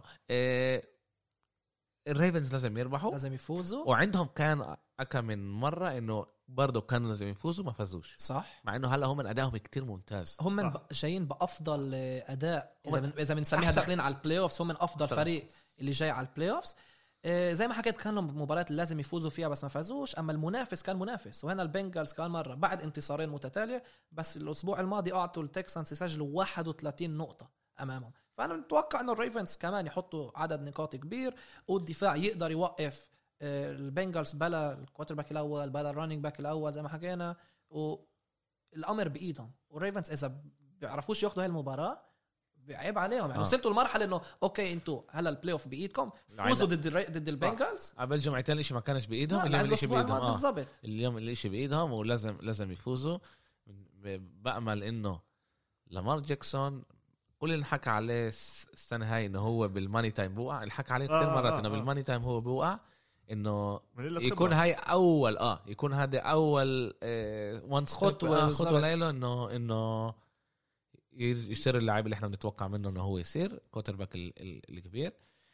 الريفنز لازم يربحوا لازم يفوزوا وعندهم كان أكا من مرة إنه برضو كانوا لازم يفوزوا ما فازوش صح مع إنه هلا هم أدائهم كتير ممتاز هم من جايين بأفضل أداء إذا بنسميها داخلين على البلاي أوفس هم من أفضل فريق اللي جاي على البلاي أوفس زي ما حكيت كانوا مباريات اللي لازم يفوزوا فيها بس ما فازوش أما المنافس كان منافس وهنا البنجلز كان مرة بعد انتصارين متتالية بس الأسبوع الماضي أعطوا التكسانس يسجلوا 31 نقطة أمامهم فأنا متوقع إنه الريفنز كمان يحطوا عدد نقاط كبير والدفاع يقدر يوقف البنجلز بلا الكوارترباك الأول بلا الرانينج باك الأول زي ما حكينا والأمر بإيدهم والريفنز إذا بيعرفوش ياخدوا هاي المباراة عيب عليهم يعني وصلتوا المرحلة إنه أوكي أنتوا هلا البلاي أوف بإيدكم فوزوا ضد البنجلز قبل جمعتين الإشي ما كانش بإيدهم اليوم الإشي بإيدهم بالضبط اليوم الإشي بإيدهم ولازم يفوزوا بأمل إنه لامار جاكسون كل اللي حكى عليه السنة هاي إنه هو بالماني تايم بوقع الحكى عليه كتير مرات إنه بالماني تايم هو بوقع إنه يكون هاي أول يكون هذا أول خطوة له إنه يصير اللاعب اللي إحنا بنتوقع منه إنه هو يصير كوترباك الكبير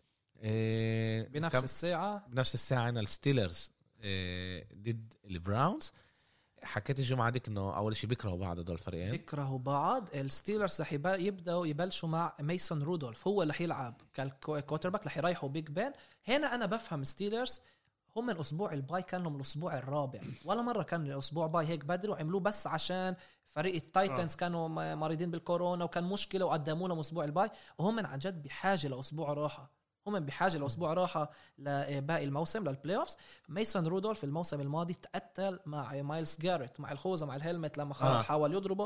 بنفس الساعة عنا الستيلرز ضد البراونز حكيت الجمعة ديك إنه أول شيء بيكرهوا بعض هدول الفريقين بيكرهوا بعض الستيلرز رح يبدأوا يبلشوا مع ميسون رودولف هو اللي يلعب كالكوترباك رح يريحوا بيج بان هنا أنا بفهم ستيلرز هم من أسبوع الباي كان لهم الأسبوع الرابع ولا مرة كان الأسبوع باي هيك بدري وعملوه بس عشان فريق التايتنز كانوا مريضين بالكورونا وكان مشكلة وقدموا لهم أسبوع الباي وهم عن جد بحاجة لأسبوع راحة هم بحاجة لأسبوع راحة لباقي الموسم للبلاي أوفس ميسون رودولف الموسم الماضي تقتل مع مايلز جاريت مع الخوذة مع الهلمت لما حاول يضربه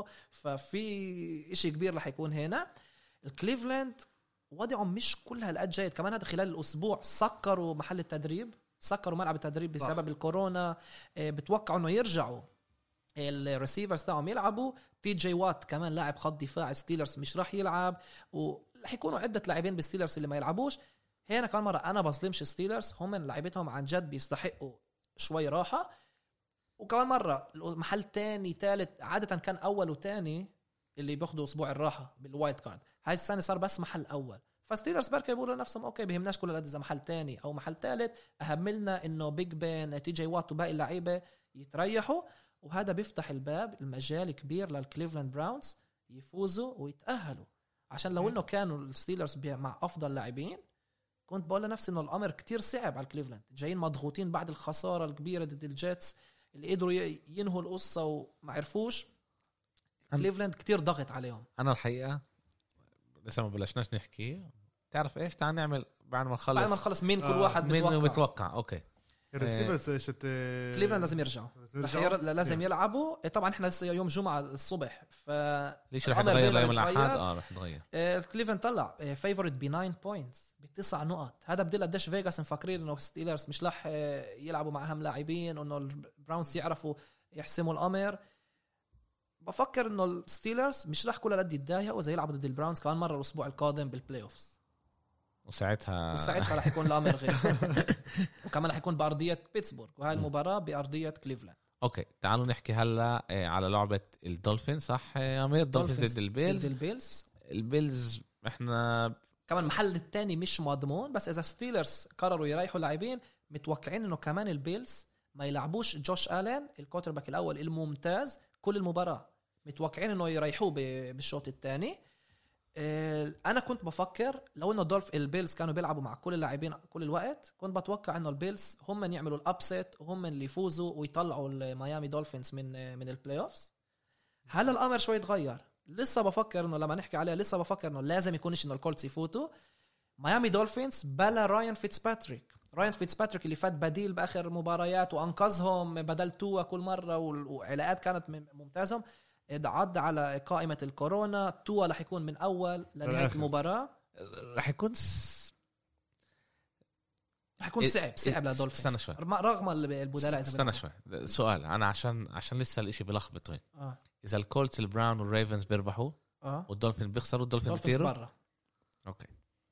ففي إشي كبير رح يكون هنا الكليفلاند وضعهم مش كل هالقد جيد كمان هذا خلال الأسبوع سكروا محل التدريب سكروا ملعب التدريب بسبب الكورونا بتوقعوا انه يرجعوا الريسيفرز تاعهم يلعبوا تي جي وات كمان لاعب خط دفاع ستيلرز مش راح يلعب ورح يكونوا عدة لاعبين بالستيلرز اللي ما يلعبوش هنا كمان مرة أنا بظلمش ستيلرز هم لعبتهم عن جد بيستحقوا شوي راحة وكمان مرة محل تاني تالت عادة كان أول وتاني اللي بياخدوا أسبوع الراحة بالوايلد كارد هاي السنة صار بس محل أول فستيلرز بركة يقولوا لنفسهم أوكي بيهمناش كل الأداء إذا محل تاني أو محل تالت أهملنا إنه بيج بين تي جي وات وباقي اللعيبة يتريحوا وهذا بيفتح الباب المجال كبير للكليفلاند براونز يفوزوا ويتأهلوا عشان لو إنه كانوا الستيلرز مع أفضل لاعبين كنت بقول لنفسي إنه الأمر كتير صعب على الكليفلاند جايين مضغوطين بعد الخسارة الكبيرة ضد الجيتس اللي قدروا ينهوا القصة وما عرفوش كليفلاند كتير ضغط عليهم أنا الحقيقة لسه ما بلشناش نحكي تعرف إيش تعال نعمل بعد ما نخلص مين كل واحد بتوقع أوكي الريسيفرز كليفلاند لازم يرجعوا لازم يلعبوا طبعا احنا لسه يوم جمعة الصبح ليش رح يتغير يوم الأحد رح يتغير كليفلاند طلع فيفورت ب9 بوينتس ب9 نقط هذا بدل قديش فيغاس مفكرين انه ستيلرز مش رح يلعبوا مع اهم لاعبين وانه البراونز يعرفوا يحسموا الامر بفكر انه الستيلرز مش رح كل قد يتضايقوا اذا يلعبوا ضد البراونز كمان مرة الاسبوع القادم بالبلاي اوفز وساعتها رح يكون الامر غير وكمان رح يكون بارضيه بيتسبورغ وهاي المباراه بارضيه كليفلاند اوكي تعالوا نحكي هلا على لعبه الدولفين صح يا امير دولفينز ضد البيلز احنا كمان محل الثاني مش مضمون بس اذا ستيلرز قرروا يريحوا لاعبين متوقعين انه كمان البيلز ما يلعبوش جوش آلين الكوترباك الاول الممتاز كل المباراه متوقعين انه يريحوه بالشوط الثاني انا كنت بفكر لو انه البيلز كانوا بيلعبوا مع كل اللاعبين كل الوقت كنت بتوقع انه البيلز هم من يعملوا الابسيت وهم اللي يفوزوا ويطلعوا الميامي دولفينز من البلاي اوفز هلا الامر شوي تغير لسه بفكر انه لما نحكي عليها لسه بفكر انه لازم يكونش انه الكولتس يفوتوا ميامي دولفينز بلا راين فيتسباتريك اللي فات بديل باخر مباريات وانقذهم بدل توا كل مره وعلاقات كانت ممتازه عد على قائمة الكورونا توا رح يكون من أول لنهاية المباراة رح يكون صعب للدولفينز استنى شوي رغم البدلاء استنى شوي سؤال أنا عشان لسه الإشي بلخبط وين إذا الكولتس البراون والريفنز بيربحوا والدولفين بيخسروا الدولفين بيطيروا برا. اوكي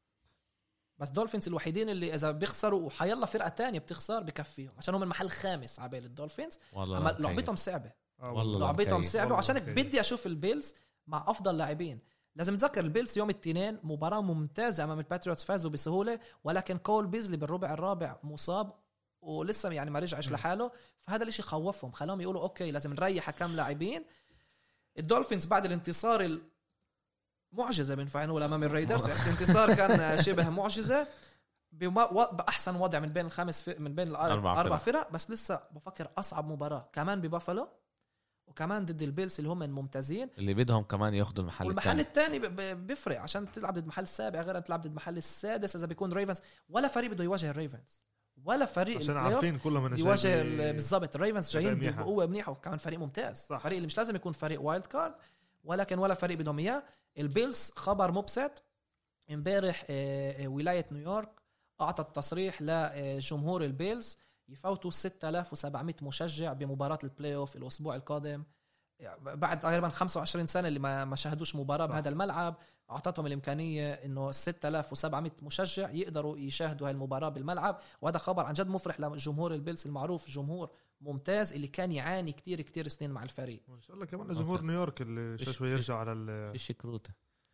بس دولفينز الوحيدين اللي اذا بيخسروا وحيلا فرقه تانية بتخسر بكفيهم عشان هم المحل الخامس عبال الدولفينز. اما لعبتهم صعبه والله لعبتهم صعبه وعشان بدي اشوف البيلز مع افضل لاعبين. لازم نتذكر البيلز يوم الاثنين مباراه ممتازه امام الباتريوتس فازوا بسهوله ولكن كول بيزلي بالربع الرابع مصاب ولسه يعني ما رجعش لحاله فهذا الاشي خوفهم خلاهم يقولوا اوكي لازم نريح كم لاعبين. الدولفينز بعد الانتصار معجزه بنفع نقول امام الريدرز الانتصار كان شبه معجزه باحسن وضع من بين من بين الاربع فرق بس لسه بفكر اصعب مباراه كمان ببافالو وكمان ضد البيلز اللي هم الممتازين اللي بدهم كمان ياخذوا المحل والمحل الثاني بيفرق عشان تلعب ضد المحل السابع غير تلعب ضد المحل السادس اذا بيكون ريفنز ولا فريق بده يواجه الريفنز ولا فريق عشان عارفين كلهم يواجه بالضبط الريفنز جايين بقوه منيحه وكمان فريق ممتاز صح. فريق اللي مش لازم يكون فريق وايلد كارد ولكن ولا فريق بدهم اياه. البيلز خبر مبسط امبارح ولايه نيويورك اعطت تصريح لجمهور البيلز يفوتوا 6700 مشجع بمباراه البلاي اوف الاسبوع القادم بعد تقريبا 25 سنه اللي ما شاهدوش مباراه بهذا الملعب. اعطتهم الامكانيه انه 6700 مشجع يقدروا يشاهدوا هاي المباراه بالملعب وهذا خبر عن جد مفرح لجمهور البيلز المعروف جمهور ممتاز اللي كان يعاني كتير سنين مع الفريق. ان شاء الله كمان جمهور نيويورك اللي شوي يرجع على الشكروته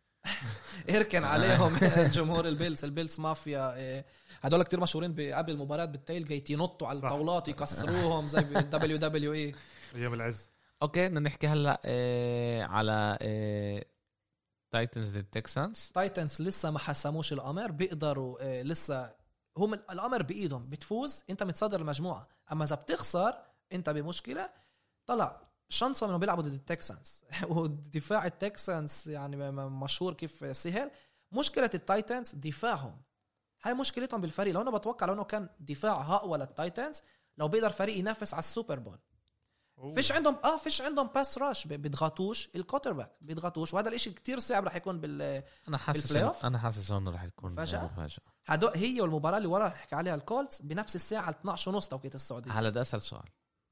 اركن عليهم جمهور البيلز مافيا هدول كتير مشهورين قبل المباراه بالتيل جاي ينطوا على الطاولات يكسروهم زي بالدبليو دبليو اي ايام العز. اوكي بدنا نحكي هلا على تايتنز التكسانس لسه ما حسموش الامر بيقدروا لسه هم الامر بايدهم بتفوز انت متصدر المجموعه اما اذا بتخسر انت بمشكله. طلع شانسهم انه بيلعبوا ضد التكسانس ودفاع التكسانس يعني مشهور كيف سهل. مشكله التايتنز دفاعهم هاي مشكلتهم بالفريق. لو انا بتوقع لو انه كان دفاع اقوى للتايتنز لو بيقدر فريق ينافس على السوبر بول فيش عندهم باس راش بيضغطوش الكوترباك بيضغطوش وهذا الاشي كتير صعب رح يكون انا حاسس انه رح يكون مفاجأة. هي والمباراة اللي ورا نحكي عليها الكولتس بنفس الساعة 12:30 توقيت السعودية. هلا ده اسال سؤال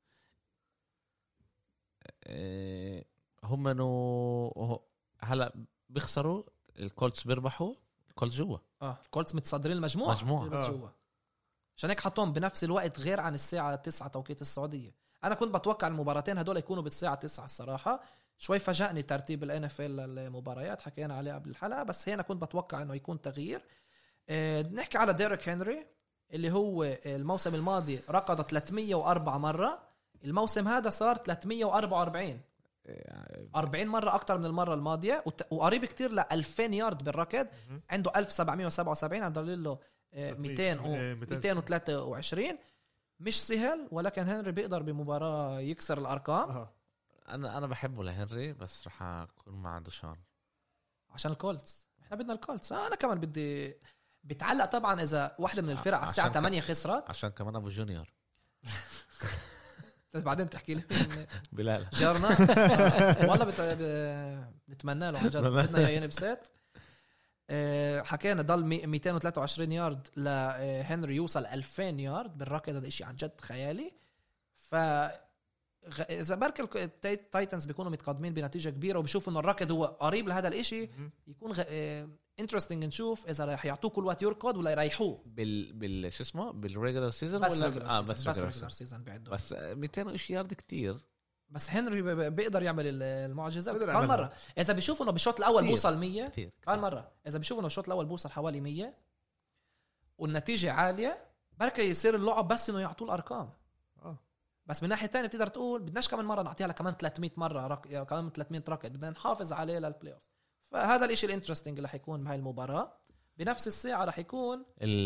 هم هلا بيخسروا الكولتس بيربحوا الكولتس جوا الكولتس متصدرين المجموعة جوا عشان هيك حطوهم بنفس الوقت غير عن الساعة 9 توقيت السعودية. انا كنت بتوقع المباراتين هدول يكونوا بالساعه 9 الصراحه شوي فاجأني ترتيب ال NFL للمباريات حكينا عليها قبل الحلقه بس هنا كنت بتوقع انه يكون تغيير. نحكي على ديريك هنري اللي هو الموسم الماضي ركض 304 مره الموسم هذا صار 344 40 مره اكتر من المره الماضيه وقريب كتير ل 2000 يارد بالركض عنده 1777 عند له 223 مش سهل ولكن هنري بيقدر بمباراة يكسر الأرقام. أنا بحبه لهنري بس رح أكون مع دوشان عشان الكولتس احنا بدنا الكولتس. أنا كمان بدي بتعلق طبعا إذا واحدة من الفرق على الساعة 8 خسرت عشان كمان أبو جونيور بعدين تحكي لي بلال جارنا والله نتمنى له عن جد بدنا يا بسات. حكينا ضل 223 يارد لهنري يوصل 2000 يارد بالركض هذا إشي عن جد خيالي. إذا برك التايتنز بيكونوا متقدمين بنتيجة كبيرة وبيشوفوا إنه الركض هو قريب لهذا الإشي يكون انترستينج نشوف إذا راح يعطوه كل وقت يركض ولا يريحوه شو اسمه بالريجولار سيزون ولا بس ريجولار سيزون بس 200 إشي يارد كتير. بس هنري بيقدر يعمل المعجزة كل مرة. إذا بيشوفوا إنه بالشوط الأول بوصل 100 كل مرة إذا بيشوفوا إنه الشوط الأول بوصل حوالي 100 والنتيجة عالية بركة يصير اللعب بس إنه يعطوه الأرقام. بس من ناحية تانية بتقدر تقول بدناش كمان مرة نعطيها لها كمان 300 مرة كمان 300 ركض بدنا نحافظ عليه للبلاي اوف. فهذا الاشي الانترستينج اللي حيكون بهاي المباراة. بنفس الساعة رح يكون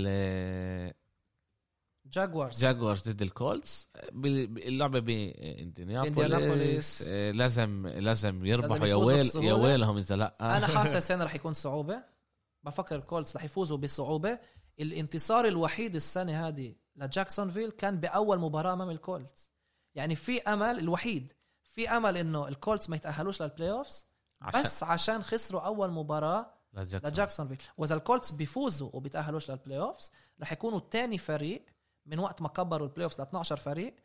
جاكوارز ضد الكولتس اللعبة بانديانابوليس لازم يربحوا يا ويلهم إذا لا. أنا حاسس هنا رح يكون صعوبة. بفكر الكولتس رح يفوزوا بصعوبة. الانتصار الوحيد السنة هذه لجاكسونفيل كان بأول مباراة أمام الكولتس يعني في أمل الوحيد في أمل إنه الكولتس ما يتأهلوش للبلاي أوفس بس عشان خسروا أول مباراة لجاكسونفيل. وإذا الكولتس بيفوزوا وبيتأهلوش للبلاي أوفس رح يكونوا تاني فريق من وقت ما كبروا البلاي أوفس ل 12 فريق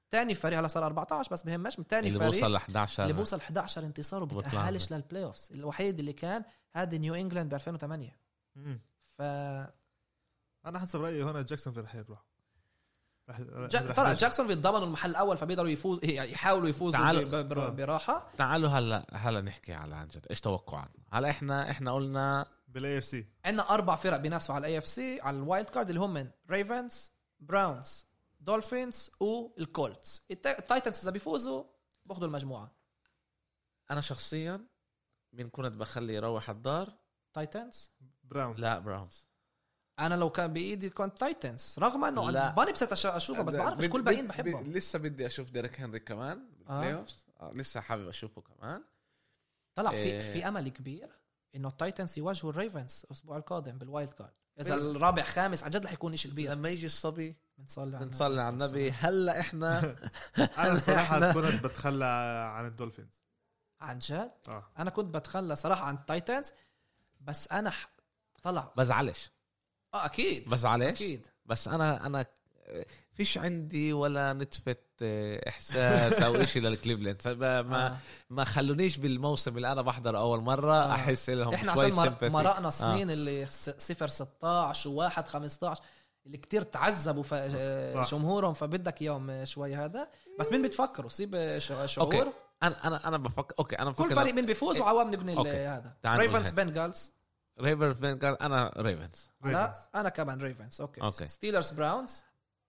تاني فريق هلا صار 14 بس بهمش من تاني اللي فريق بوصل ل 11 اللي بوصل 11 انتصار وبتأهلش للبلاي اوفز. الوحيد اللي كان هذا نيو انجلاند ب 2008. ف انا حسب رايي هنا جاكسون رح يروح. طلع جاكسون ضمنوا المحل الاول فبيقدروا يفوز يحاولوا يفوزوا براحه. تعالوا هلا نحكي على عن جد ايش توقعاتنا. هلا احنا قلنا بالاي اف سي عندنا 4 فرق بينافسوا على الاي اف سي على الوايلد كارد اللي هم من ريفنز براونز دولفينز والكولتس. التايتنز اذا بيفوزوا باخذوا المجموعه. انا شخصيا مين كنت بخلي يروح الدار؟ تايتنز براون. لا براونز. انا لو كان بايدي كنت تايتنز رغم انه باني بس اشوفه بس بعرفش كل باقيين بحبهم. لسه بدي اشوف ديريك هنري كمان بالبلاي اوفز. لسه حابب اشوفه كمان. طلع في امل كبير انه التايتنز يواجهوا الريفنز الاسبوع القادم بالوايلد كارد. اذا الرابع خامس عن جد رح يكون شيء كبير لما يجي الصبي بنصلي على النبي. هلا احنا انا صراحه كنت بتخلى عن الدولفينز عن جد. انا كنت بتخلى صراحه عن التايتنز بس انا طلع بزعلش. اكيد بزعلش اكيد بس انا فيش عندي ولا نتفة احساس او اشي للكليفلاند. ما خلونيش بالموسم اللي انا بحضر اول مرة احس لهم احنا شوي عشان مرقنا سنين اللي 0-16 و1-15 اللي كتير تعذبوا جمهورهم فبدك يوم شوي هذا. بس مين بتفكروا سيب شعور. أوكي. انا بفكر اوكي انا بفكر كل فريق مين بيفوز وعوام نبني هذا. ريفنز بنغالز. انا ريفنز. لا انا كمان ريفنز. اوكي. ستيلرز براونز.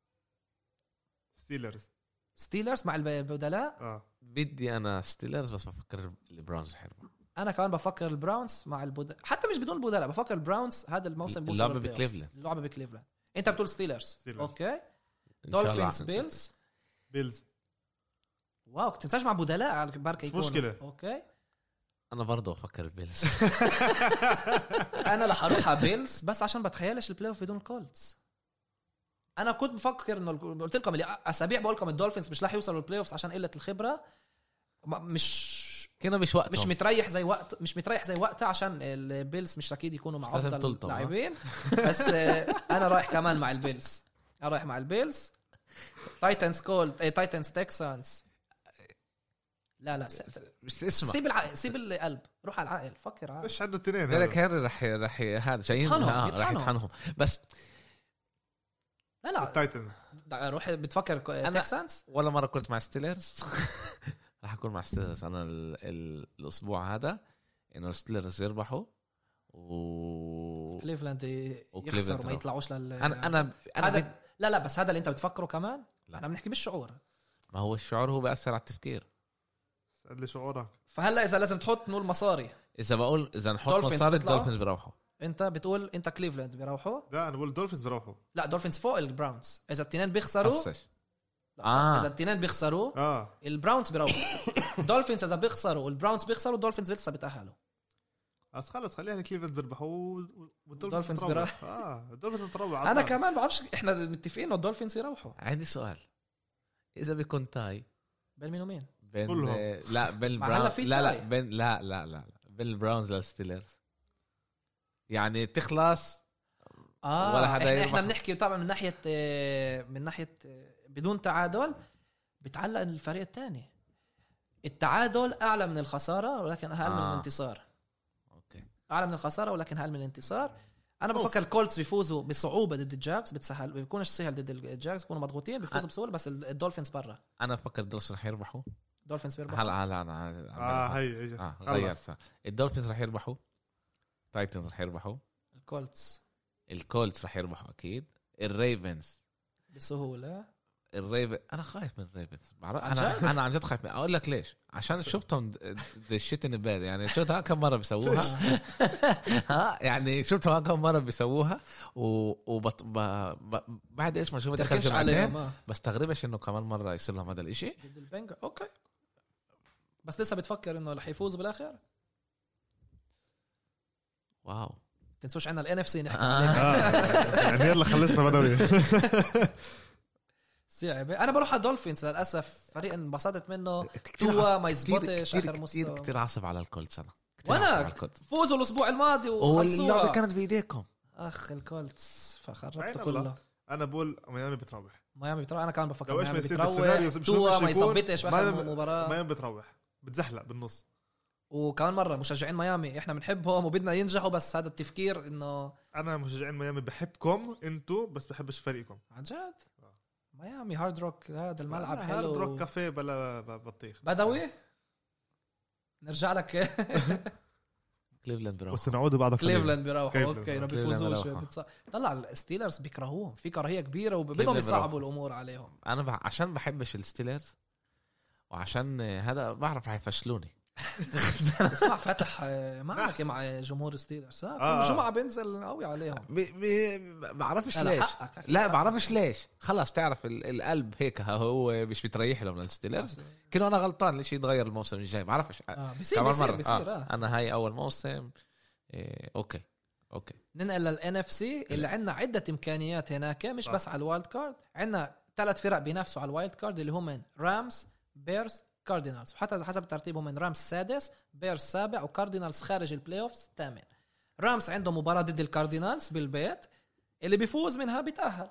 ستيلرز مع البدلاء. بدي انا ستيلرز بس بفكر البراونز حلو. انا كمان بفكر البراونز مع البدلاء حتى مش بدون البدلاء. بفكر البراونز هذا الموسم اللعبة بكليفلاند. انت بتقول ستيلرز. اوكي. دولفينز بيلز. واو تنساش مع بدلاء على بركه يكون مشكله. اوكي انا برضه افكر البيلز. انا رح اروح على بيلز بس عشان بتخيلش البلاي اوف بدون كولتس. انا كنت بفكر انه قلت لكم اللي اسابيع بقول لكم الدولفينز مش رح يوصلوا البلاي اوف عشان قله الخبره. مش وقت مش متريح زي وقتها عشان البيلز مش اكيد يكونوا مع افضل لاعبين. بس انا رايح كمان مع البيلز. رايح مع البيلز. تايتنز تايتنز تكسانز. لا مش اسمع سيب القلب روح على العقل فكر عادي. ايش عنده اثنين ديريك هنري رح هذا جايين رح يطحنهم بس لا التايتنز روح بتفكر تكسانز. ولا مره كنت مع ستيلرز. رح اكون مع ستيلرز. انا الاسبوع هذا انه الستيلرز يربحوا كليفلاند يخسروا ما يطلعوش انا هذا لا بس هذا اللي انت بتفكره كمان. انا بنحكي بالشعور. ما هو الشعور هو بيأثر على التفكير. قد شعورك. فهلا اذا لازم تحط نقول مصاري. اذا نحط مصاري الدولفينز بيروحوا. انت بتقول انت كليفلاند بيروحوا. لا انا بقول الدولفينز بيروحوا. لا دولفينز فوق البراونز. اذا الاثنين بيخسروا اذا الاثنين بيخسروا البراونز بيروحوا. دولفينز اذا بيخسروا والبراونز بيخسروا الدولفينز لسه بيتأهلوا. خلص خليها كليفلاند بيربحوا والدولفينز بيروحوا. الدولفينز بيروحوا. انا كمان بعرفش احنا متفقين انه الدولفينز يروحوا. عندي سؤال. اذا بيكون تاي بين مين ومين؟ لا بين البراونز. لا بين البراونز للستيلرز يعني تخلص ولا حدا احنا بنحكي طبعا من ناحيه بدون تعادل بتعلق الفريق الثاني. التعادل اعلى من الخساره ولكن اقل من الانتصار. اوكي اعلى من الخساره ولكن اقل من الانتصار. انا بفكر الكولتس بيفوزوا بصعوبه ضد الجاكس. بتسهل بيكونش سهل ضد الجاكس يكونوا مضغوطين بيفوزوا بسهوله. بس الدولفينز برا. انا بفكر الدولفينز رح يربحوا. دولفينز بيربحوا. هلا انا هي غيرت. الدولفينز رح يربحوا. تايتنز رح يربحوا. الكولتس رح يربحوا اكيد. الريفنز بسهوله. انا خايف من الريفنز. انا عن جد خايف. اقول لك ليش. عشان شفتهم الشيت الباد يعني شفتها كم مره بيسووها. يعني شفتها كم مره بيسووها بعد ايش ما شوف دخل جمعتين بس تغريبش انه كمان مره يصير لهم هذا الاشي ضد البنجا. اوكي بس لسه بتفكر انه رح يفوزوا بالاخر. واو تنسوش عنا الان اف سي نحكي يعني يلا خلصنا بدوري. انا بروح على دولفينز للاسف. فريق انبسطت منه توا ما يزبطش اخر موسم. كتير عصب على الكولتس. وانا فوزوا الاسبوع الماضي وخلصوها. كانت بايديكم الكولتس فخربته كله. انا بقول ميامي بتربح. ميامي بتروح. انا كمان بفكر لو ايش ما ميامي يصير بتروح بالسيناريو توا ما يثبتش باخر مباراه. ميامي بتروح بتزحلق بالنص. وكمان مره مشجعين ميامي احنا بنحبهم وبدنا ينجحوا، بس هذا التفكير انه انا مشجعين ميامي بحبكم انتو بس بحبش فريقكم عن جد. ميامي هارد روك هذا الملعب حلو. هارد روك كافيه بلا بطيخ بدوي. نرجع لك كليفلاند بيروح وسنعود بعد كليفلاند بيروحوا. اوكي ما بيفوزوش. طلع الستيلرز بيكرهوهم في كراهيه كبيره وبدهم يصعبوا الامور عليهم. انا عشان بحبش الستيلرز وعشان هذا بعرف رح يفشلوني. اسمع فتح معك مع جمهور ستيلرز كل جمعه بينزل قوي عليهم. بعرفش ليش. لا بعرفش ليش. خلاص تعرف القلب هيك هو مش بتريح له من الستيلرز. كنا انا غلطان ليش يتغير الموسم الجاي بعرفش. بيصير انا هاي اول موسم. اوكي ننقل للان اف سي اللي عندنا عده امكانيات هناك مش بس على الوايلد كارد. عندنا 3 فرق بينافسوا على الوايلد كارد اللي هم رامز بيرز كاردينالز. وحتى حسب ترتيبهم من رامز سادس بيرز سابع وكاردينالز خارج البلاي اوفز 8. رامز عنده مباراة ضد الكاردينالز بالبيت اللي بيفوز منها بيتأهل.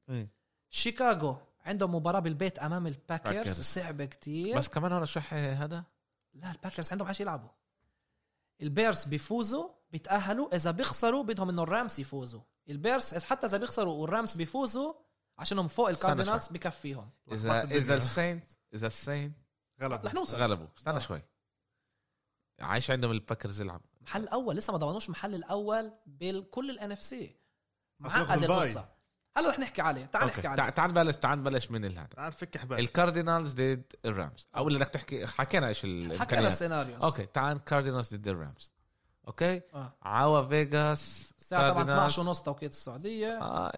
شيكاغو عنده مباراة بالبيت امام الباكرز صعبة كتير بس كمان هذا شح هذا. لا الباكرز عندهم عايش يلعبوا. البيرز بيفوزوا بيتأهلوا. اذا بيخسروا بدهم انه الرامز يفوزوا. البيرز حتى اذا بيخسروا والرامز بيفوزوا عشانهم فوق الكاردينالز بكفيهم. اذا الساينت غلبوا استنى شوي عايش عندهم الباكرز يلعب محل الاول. لسه ما ضمنوش محل الاول بالكل الان اف سي. معقد القصه. هلا رح نحكي عليه. تعال نبلش من هذا. تعال فك حبال الكاردينالز ضد الرامز او اللي بدك تحكي. حكينا ايش حكينا السيناريوز. اوكي تعال كاردينالز ضد الرامز. اوكي عوا فيغاس الساعه 12:30 توقيت السعوديه.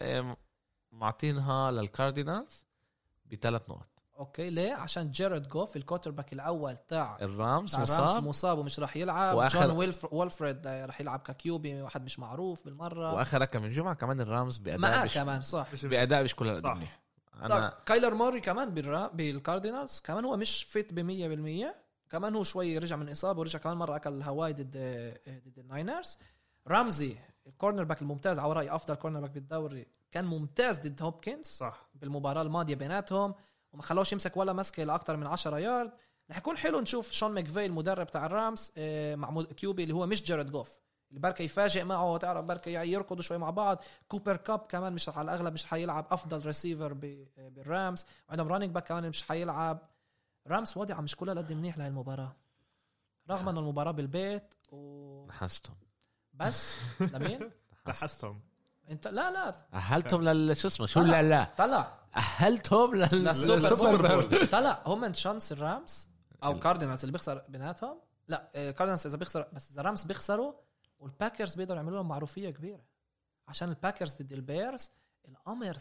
معطينها للكاردينالز ب3 نقط. اوكي ليه؟ عشان جيرد جوف الكوترباك الاول تاع الرامز مصاب ومش راح يلعب. جون ويلفريد راح يلعب ككيوبي واحد مش معروف بالمره. واخر كم من جمعه كمان الرامز باداء كمان صح باداء مش كل هالقد منيح. انا كايلر موري كمان بالكاردينالز كمان هو مش فيت ب100%. كمان هو شوي رجع من اصابه ورجع كمان مره اكل هواي ضد الناينرز. رامزي الكورنر باك الممتاز على رايي افضل كورنر باك بالدوري كان ممتاز ضد هوبكنز صح بالمباراه الماضيه بيناتهم وما خلوش يمسك ولا مسكه لاكثر من 10 يارد. رح يكون حلو نشوف شون ماكفي المدرب تاع الرامز مع كيوبي اللي هو مش جيرد جوف اللي بركه يفاجئ معه. تعرف بركه يركضوا شوي مع بعض. كوبر كاب كمان مش على الاغلب مش حيلعب افضل ريسيفر بالرامز. وعندهم رانينج باك كمان مش حيلعب. رامز وضعه مش كلها قد منيح لهي المباراه رغم انه المباراه بالبيت نحستهم بس لمين نحستهم انت لا اهلتهم للشو اسمه شو لا طلع اهلتهم للسوبر بول. طلع هم شانس الرامز او كاردينالز اللي بيخسر بيناتهم. لا كاردينالز اذا بيخسر بس اذا رامز بيخسروا والباكرز بيقدروا يعملوا لهم معروفيه كبيره عشان الباكرز ضد البيرز الامر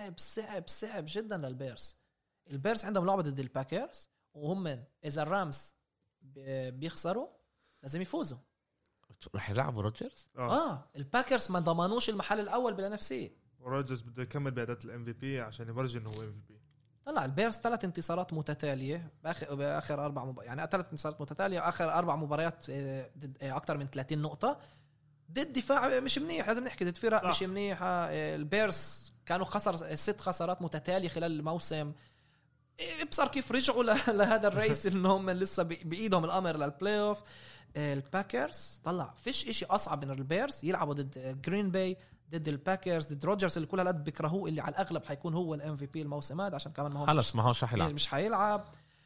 صعب جدا للبيرز. البيرز عندهم لعبه ضد الباكرز وهم اذا الرامز بيخسروا لازم يفوزوا. رح يلعبوا روجرز. الباكرز ما ضمنوش المحل الاول بالNFC. روجرز بده يكمل بعدات الMVP عشان يمرجن هو MVP. طلع البيرز 3 انتصارات متتاليه باخر 4 يعني 3 انتصارات متتاليه اخر 4 مباريات اكثر من 30 نقطه ضد دفاع مش منيح. لازم نحكي ضد فرق مش منيحه. البيرز كانوا خسر 6 خسارات متتاليه خلال الموسم. ابصر كيف رجعوا لهذا الريس انهم لسه بايدهم الامر للبلاي اوف. الباكرز طلع فيش اشي اصعب من البيرز يلعبوا ضد جرين باي ضد الباكرز ضد روجرز اللي كل هالقد بيكرهوه اللي على الاغلب حيكون هو الMVP الموسم هذا عشان كمان ما هو خلص ما هو مش حيلعب.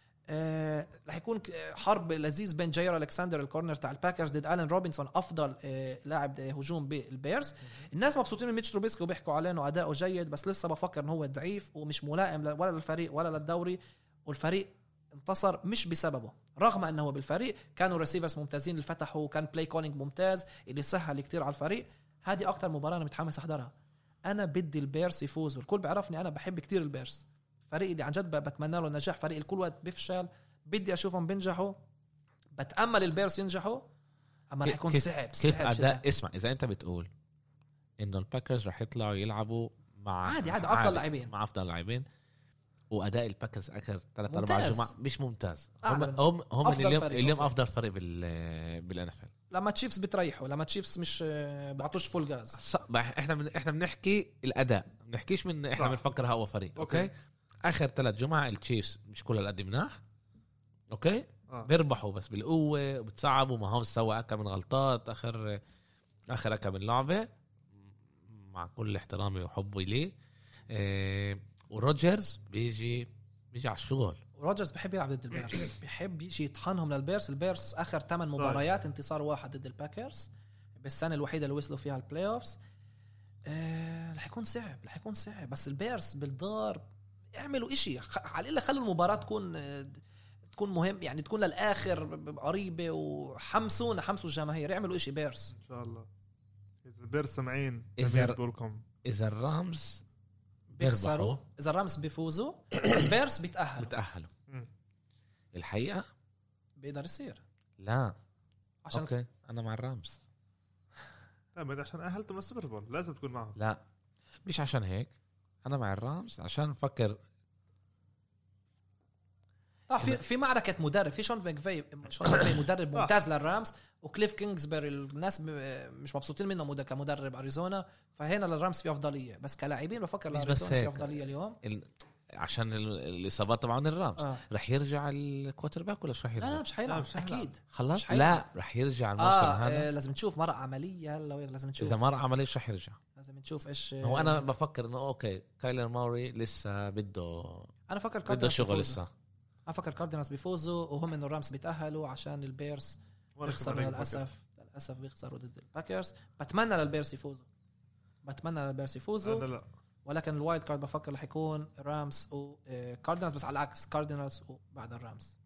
رح يكون حرب لذيذ بين جاير ألكساندر الكورنر تاع الباكرز ضد آلين روبنسون افضل لاعب هجوم بالبيرز. الناس مبسوطين من ميتش تروبيسكي وبيحكوا عليه انه اداؤه جيد بس لسه بفكر انه هو ضعيف ومش ملائم ولا للفريق ولا للدوري. والفريق انتصر مش بسببه رغم انه بالفريق كانوا ريسيفرز ممتازين اللي فتحوا وكان بلاي كولينج ممتاز اللي سهل كتير على الفريق. هذه اكتر مباراة انا متحمس احضرها. انا بدي البيرز يفوزوا. الكل بيعرفني انا بحب كتير البيرز فريق اللي عن جد بتمنى له النجاح. فريق الكل وقت بيفشل بدي اشوفهم بينجحوا. بتامل البيرز ينجحوا اما رح يكون صعب كيف اداء. اسمع اذا انت بتقول انه الباكرز رح يطلعوا يلعبوا مع عادي افضل لاعبين مع افضل لاعبين واداء الباكرز اخر 3-4 ممتاز. جمعة مش ممتاز. أعلى. هم أفضل اليوم فريق. اليوم أوكي. افضل فريق بالان اف ال. لما تشيفز بتريحوا، لما تشيفز مش بعطوش فول غاز. احنا بنحكي الاداء، بنحكيش من احنا صح. بنفكر هو فريق. أوكي. اوكي اخر 3 جمعة التشيفز مش كل القد مناح. اوكي بيربحوا بس بالقوة وبتصعبوا. ما هم سوى أكا من غلطات آخر أكا من لعبة، مع كل احترامي وحبي ليه. وروجرز بيجي على الشغل. روجرز بحب يلعب ضد البيرس، بيحب يجي يطحنهم للبيرس. البيرس آخر 8 مباريات انتصار واحد ضد الباكرز بالسنة الوحيدة اللي وصلوا فيها البلاي أوفس. رح يكون صعب بس البيرس بالدار يعملوا إشي على الأقل، خلوا المباراة تكون مهم، يعني تكون للآخر قريبة، وحمسوا الجماهير يعملوا إشي بيرس ان شاء الله. اذا البيرس سمعين إذا بقولكم إذا الرامز بيخسروا، إذا الرامز بيفوزوا البيرس بيتأهلوا. الحقيقة بيقدر يصير لا عشان أوكي أنا مع الرامز. لا عشان اهلتم للسوبر بول لازم تكون معهم. لا مش عشان هيك أنا مع الرامز، عشان فكر في معركة مدرب. في شون فيكفي مدرب ممتاز للرامز، وكليف كينغسبري الناس مش مبسوطين منه كمدرب أريزونا، فهنا للرامز في أفضلية، بس كلاعبين بفكر لأريزونا في أفضلية اليوم عشان الإصابات طبعا الرامز. رح يرجع الكواتر باك ولا مش رح يرجع؟ لا مش حيلعب أكيد خلاص. لا رح يرجع الموسم هذا. لازم نشوف مرة عملية. لازم نشوف إذا مرة عملية رح يرجع. لازم نشوف إيش. هو أنا بفكر إنه أوكي كايلر ماوري لسه بده شغل لسه. أفكر كاردينالز بيفوزوا وهم إنه الرامز بيتأهلوا عشان البيرس بيخسروا للأسف بيخسروا ضد الباكرز. بتمنى للبيرس يفوزوا لا. ولكن الوايلد كارد بفكر رح يكون رامز وكاردينالز، بس على العكس كاردينالز وبعد الرامز.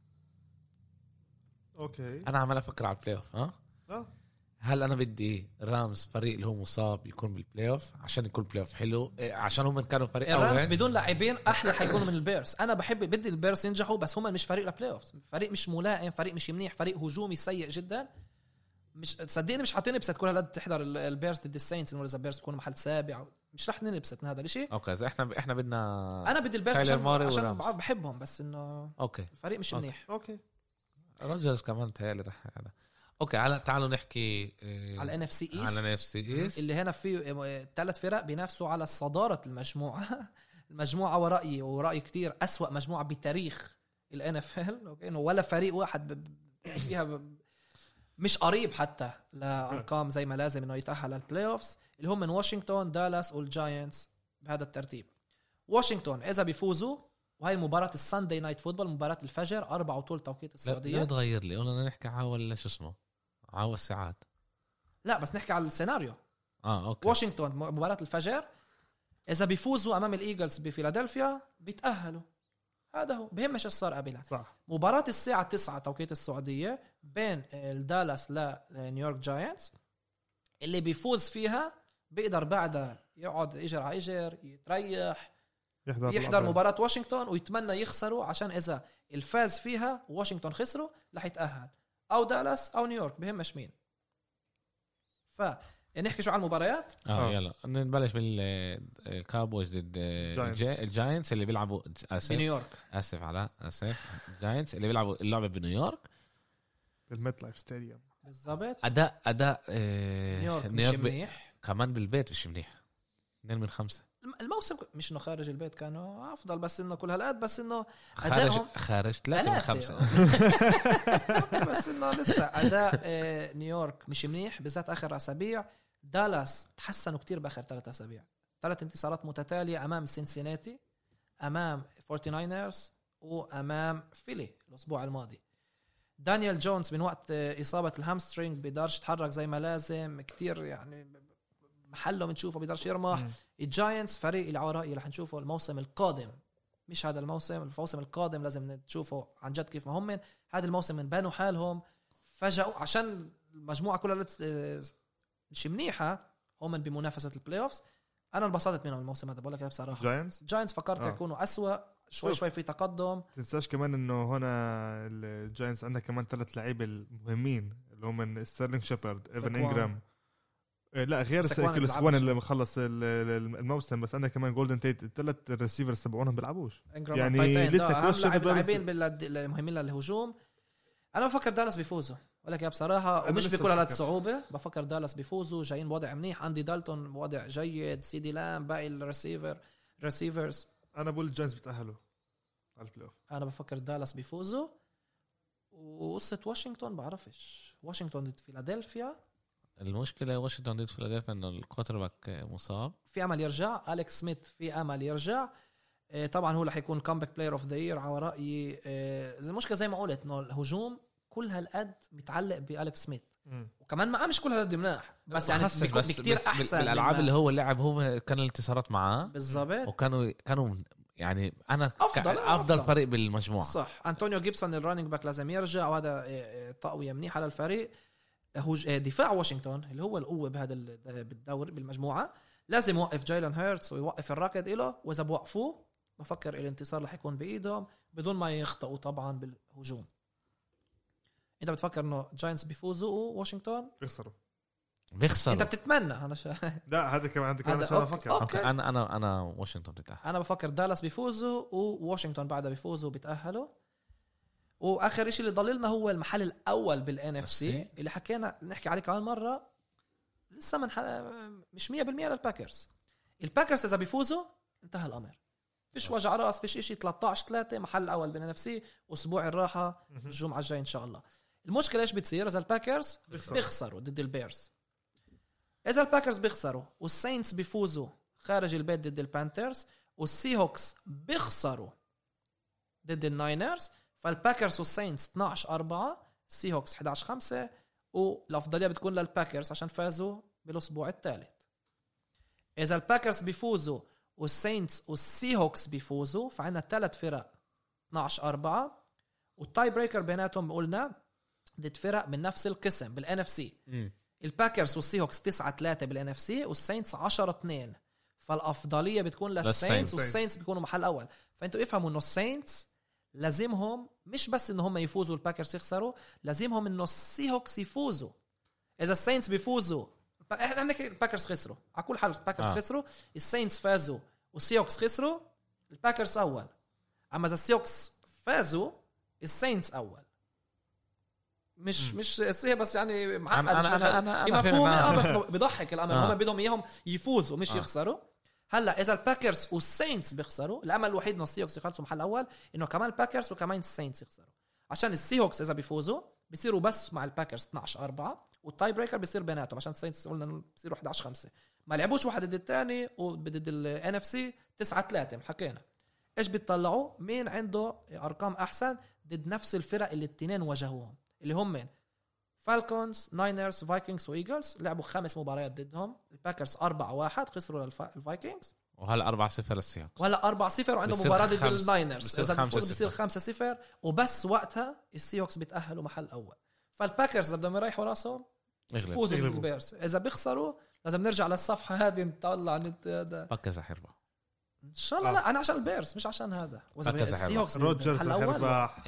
اوكي انا عمال افكر على البلاي اوف. هل انا بدي رامز فريق اللي هو مصاب يكون بالبلاي اوف عشان يكون البلاي اوف حلو، عشان هم كانوا فريق الرامز بدون لاعبين احلى حيكونوا من البيرس. انا بدي البيرس ينجحوا، بس هم مش فريق للبلاي اوف، فريق مش ملائم، فريق مش منيح، فريق هجومي سيء جدا. مش صدقني مش حاطين كل هالقد تحضر البيرس ضد الساينتس، انه اذا البيرس بيكونوا محل سابع مش رح ننبسط من هذا الشيء. اوكي اذا احنا بدنا، انا بدي البيرس عشان بحبهم، بس انه اوكي الفريق مش منيح. اوكي روجرز كمان تهيألي رح هذا. اوكي تعالوا نحكي على ان اف سي ايست. على ان اف سي ايست اللي هنا في 3 فرق بينافسوا على صدارة المجموعة. المجموعة ورأيي كتير أسوأ مجموعة بتاريخ الان اف ال. اوكي انه ولا فريق واحد فيها مش قريب حتى لأرقام زي ما لازم انه يتأهل للبلاي اوفز، اللي هم من واشنطن، دالاس والجاينتس بهذا الترتيب. واشنطن اذا بيفوزوا، وهي المباراة الساندي نايت فوتبول، مباراة الفجر 4 طول توقيت السعودية. لا تغير لي، قلنا نحكي ولا شو اسمه عاوز الساعات. لا بس نحكي على السيناريو. اوكي. واشنطن مباراة الفجر اذا بيفوزوا امام الايجلز بفيلادلفيا بيتأهلوا. هذا هو، بهمش ايش صار قبلها. صح. مباراة الساعة 9 توقيت السعودية بين الدالاس لنيويورك جاينتس، اللي بيفوز فيها بيقدر بعدها يقعد اجر على اجر يتريح يحضر مباراة واشنطن، ويتمنى يخسروا عشان اذا الفاز فيها واشنطن خسروا رح يتأهل، او دالاس او نيويورك، بهمش مين. نحكي شو على المباريات. يلا نبلش بالكابويز ضد الجاينتس اللي بيلعبوا بنيويورك. الجاينتس اللي بيلعبوا اللعبة بنيويورك بالميت لايف ستاديوم. بالضبط. أداء نيويورك مش منيح، كمان بالبيت مش منيح. 2 من 5. الموسم مش انه خارج البيت كانوا افضل، بس انه كل هالقد، بس انه خارج 3 من 5. بس انه لسه اداء نيويورك مش منيح، بالذات اخر اسابيع. دالاس تحسنوا كتير باخر 3 اسابيع، 3 انتصارات متتاليه امام سينسيناتي، امام 49ers، وامام فيلي الاسبوع الماضي. دانيال جونز من وقت اصابه الهامسترينج بيقدرش يتحرك زي ما لازم كتير، يعني محله بنشوفه بيقدرش يرمح. الجاينتس فريق اللي على رأيي رح نشوفه الموسم القادم، مش هذا الموسم القادم لازم نشوفه عن جد كيف ما هم. هذا الموسم من بانوا حالهم فجأة عشان المجموعة كلها مش منيحة، هم بمنافسة البلاي اوفز. انا انبسطت منهم الموسم هذا، بقول لك بصراحة. جاينتس فكرت يكونوا أسوأ شوي في تقدم. تنساش كمان انه هنا الجاينتس عندها كمان 3 لعيبه المهمين اللي هم ستيرلينج شيبرد، ايفن إنجرام لا غير ساكوان اللي مخلص الموسم، بس عندنا كمان جولدن تيت الثلاث ريسيفرز تبعونهم بيلعبوش يعني لسه لاعبين المهمين للهجوم. انا بفكر دالاس بيفوزوا ولكن يا بصراحه ومش بكل هالصعوبه، بفكر دالاس بيفوزوا جايين بوضع منيح، عندي دالتون بوضع جيد، سيدي لام، باقي الريسيفرز. انا بقول الجاينتس بيتاهلوا على البلاي اوف. انا بفكر دالاس بيفوزوا. وقصه واشنطن بعرفش، واشنطن ضد فيلادلفيا. المشكله واشنطن ضد فيلادلفيا انه الكوتر باك مصاب، في امل يرجع أليكس سميث، في امل يرجع. طبعا هو رح يكون كومباك بلاير اوف ذا يير على رايي. المشكله زي ما قلت انه الهجوم كل هالقد متعلق بأليكس سميث، وكمان معاه مش كل هالقد مناح، بس يعني بيكون كتير احسن بالالعاب اللي هو لعب. هو كان الانتصارات معاه بالضبط، وكانوا يعني انا افضل فريق بالمجموعه. صح. انطونيو جيبسون الرانينج باك لازم يرجع، وهذا تقويه منيحه للفريق. دفاع واشنطن اللي هو القوه بهذا بالدوري بالمجموعه لازم يوقف جايلن هيرتس ويوقف الراكد له، واذا بوقفوه بفكر الانتصار رح يكون بايدهم بدون ما يخطئوا طبعا بالهجوم. انت بتفكر انه جاينتس بيفوزوا وواشنطن بيخسروا؟ انت بتتمنى انا لا هذا كمان عندك انا بفكر انا واشنطن بتاهل. انا بفكر دالاس بيفوزوا وواشنطن بعدها بيفوزوا وبيتاهلوا. واخر شيء اللي ضللنا هو المحل الاول بالان اف سي اللي حكينا نحكي عليه كمان مره. لسه مش 100% للباكرز. الباكرز اذا بيفوزوا انتهى الامر، فيش وجع راس، فيش شيء. 13-3 محل الاول بالان اف سي، اسبوع الراحه الجمعه الجاي ان شاء الله. المشكله ايش بتصير اذا الباكرز بيخسروا ضد البيرز؟ اذا الباكرز بيخسروا والساينتس بيفوزوا خارج البيت ضد البانترز، والسي هوكس بيخسروا ضد الناينرز، فالباكرز والساينتس 12-4، السي هوكس 11-5، والافضليه بتكون للباكرز عشان فازوا بالاسبوع الثالث. اذا الباكرز بيفوزوا والساينتس والسي هوكس بيفوزوا فعنا 3 فرق 12-4، والتاي بريكر بيناتهم قلنا ضد فرق من نفس القسم بالان اف سي. الباكرز والسي هوكس 9-3 بالان اف سي، والساينتس 10-2، فالافضليه بتكون للساينتس، والساينتس بيكونوا محل اول. فانتوا افهموا انه الساينتس لازمهم مش بس ان هم يفوزوا الباكرز يخسروا، لازمهم انه السي هوكس يفوزوا. اذا الساينتس بيفوزوا، احنا بنحكي الباكرز خسروا على كل حال، الباكرز خسروا، الساينتس فازوا والسي هوكس خسروا، الباكرز اول. اما اذا السي هوكس فازوا الساينتس اول. مش السي بس يعني معقد. انا مفهوم بس بيضحك الامر. هم بدهم اياهم يفوزوا مش يخسروا. هلا اذا الباكرز والساينتس بيخسروا، الامل الوحيد انه السي هوكس يخلصوا محل اول، انه كمان الباكرز وكمان الساينتس يخسروا، عشان السي هوكس اذا بيفوزوا بيصيروا بس مع الباكرز 12-4، والتاي بريكر بيصير بيناتهم عشان الساينتس قلنا بيصيروا 11-5. ما لعبوش واحد ضد الثاني، وضد الان اف سي 9-3 حكينا. ايش بيطلعوا؟ مين عنده ارقام احسن ضد نفس الفرق اللي الاثنين واجهوهم، اللي هم فالكونز، ناينرز، فايكنجز وايجلز. لعبوا 5 مباريات ضدهم. الباكرز 4-1 خسروا للفايكنجز، وهلا 4-0 للسياق، وهلا 4-0 وعندهم مباراة ضد الناينرز. إذا بيصير 5-0، وبس وقتها السيوكس بيتأهلوا محل أول. فالباكرز بدهم يريحوا راسهم يفوزوا ضد البيرز. إذا بيخسروا لازم نرجع للصفحة هذه نطلع هذا باكرز رح يربح إن شاء الله. لا أنا عشان البيرز مش عشان هذا. وإذا السيوكس روجرز رح يربح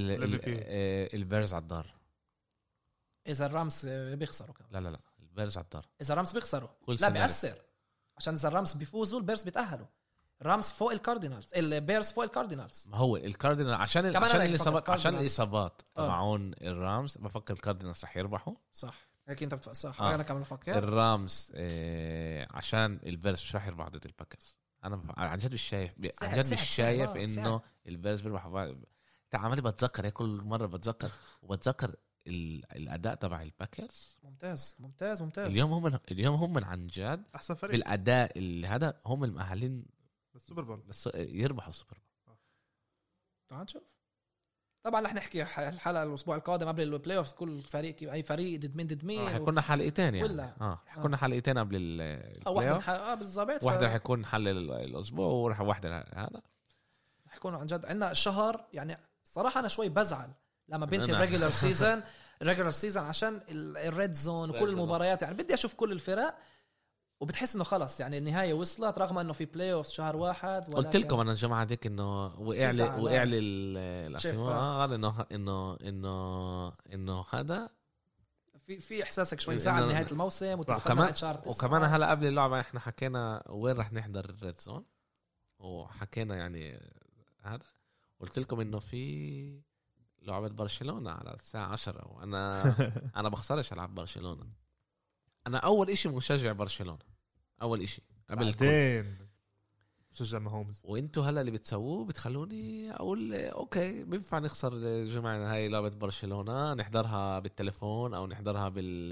البيرز على الدار. إذا الرامس بيخسروا كمان. لا البيرز على الدار. إذا الرامس بيخسروا لا بيأثر، عشان إذا الرامس بيفوزوا البيرز بيتأهلوا. الرامس فوق الكاردينالز، البيرز فوق الكاردينالز. ما هو الكاردينال عشان الإصابات تبعون الرامس. بفكر الكاردينالز رح يربحوا. صح هيك انت صح. انا كمان بفكر الرامس عشان البيرز مش رح يربحوا ضد الباكرز. انا عن جد مش شايف انه البيرز بيربحوا. تعاملي بتذكر هيك كل مره بتذكر الاداء تبع الباكرز ممتاز. اليوم هم عن جد احسن فريق بالاداء اللي هذا. هم المؤهلين للسوبر بول، يربحوا السوبر بول. تعال نشوف. طبعا رح نحكي الحلقه الاسبوع القادم قبل البلاي اوف، كل فريق اي فريق ضد مين. حكونا حلقتين يعني حكونا حلقتين قبل البلاي اوف. بالضبط. واحده رح يكون حل الاسبوع، ورح واحده هذا حكون عن جد عندنا شهر. يعني صراحه انا شوي بزعل لما بنت الريجولار سيزن عشان الريد زون وكل المباريات. يعني بدي اشوف كل الفرق، وبتحس انه خلص يعني النهايه وصلت، رغم انه في بلاي اوف شهر واحد. قلت لكم انا الجماعه ديك انه وقع لي الاسماء هذا انه هذا في احساسك شوي ساعه نهايه الموسم وتستنى شهر 9. وكمان هلا قبل اللعبه احنا حكينا وين رح نحضر الريد زون، وحكينا يعني هذا قلت لكم انه في لعبه برشلونه على الساعه 10 وانا انا بخسرش العب برشلونه. انا اول إشي مشجع برشلونه، اول إشي قبل بعدين مشجع ماهومز. وانتوا هلا اللي بتسووه بتخلوني اقول اوكي بينفع نخسر الجماعه هاي لعبه برشلونه، نحضرها بالتليفون او نحضرها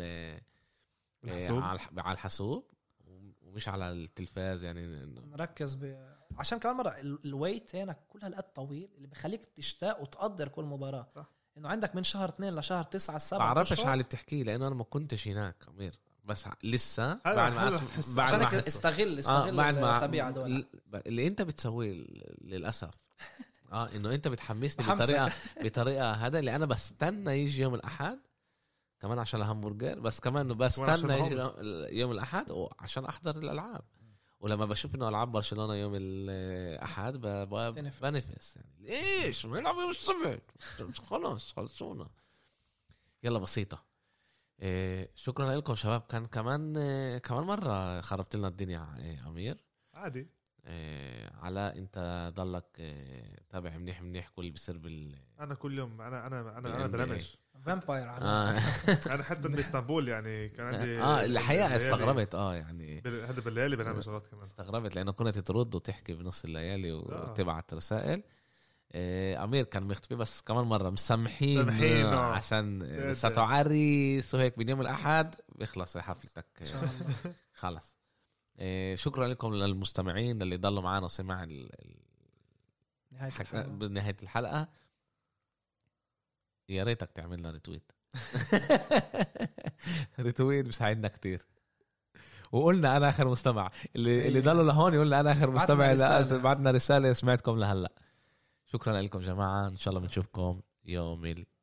على الحاسوب ومش على التلفاز. يعني نركز عشان كمان مرة الويت هنا كل هالقد طويل اللي بخليك تشتاق وتقدر كل مباراة. صح. انه عندك من شهر 2 لشهر 9 7. بعرفش على اللي بتحكيه لانه انا ما كنتش هناك أمير، بس لسه بعد ما عشان استغل الاسابيع دول اللي انت بتسويه للاسف. انه انت بتحمسني بطريقه هذا اللي انا بستنى يجي يوم الاحد كمان عشان الهامبرجر، بس كمان بستنى يجي يوم الاحد عشان احضر الالعاب. ولما بشوف انه العاب برشلونه يوم الاحد بنفس يعني ليش ما يلعبوا يوم السبت؟ خلصونا يلا بسيطه. شكرا لكم شباب. كان كمان مره خربت لنا الدنيا امير. عادي. على انت ضلك تابع منيح كل اللي بيصير انا كل يوم انا برمش فامباير انا حتى باسطنبول يعني كان عندي الحقيقه استغربت يعني هذا بالليالي بنام شغلات كمان. استغربت لانه كنت ترد وتحكي بنص الليالي وتبعت رسائل. أمير كان مختفي بس كمان مرة مسامحين عشان ستعريس وهيك من يوم الأحد بيخلص حفلتك خلص. شكرا لكم للمستمعين اللي ضلوا معنا وسمع بنهاية الحلقة. يا ريتك تعملنا ريتويت ريتويت بيساعدنا كتير. وقلنا أنا آخر مستمع اللي ضلوا لهون يقولنا أنا آخر مستمع. بعتنا رسالة سمعتكم لهلأ. شكرا لكم جماعة. إن شاء الله بنشوفكم يوم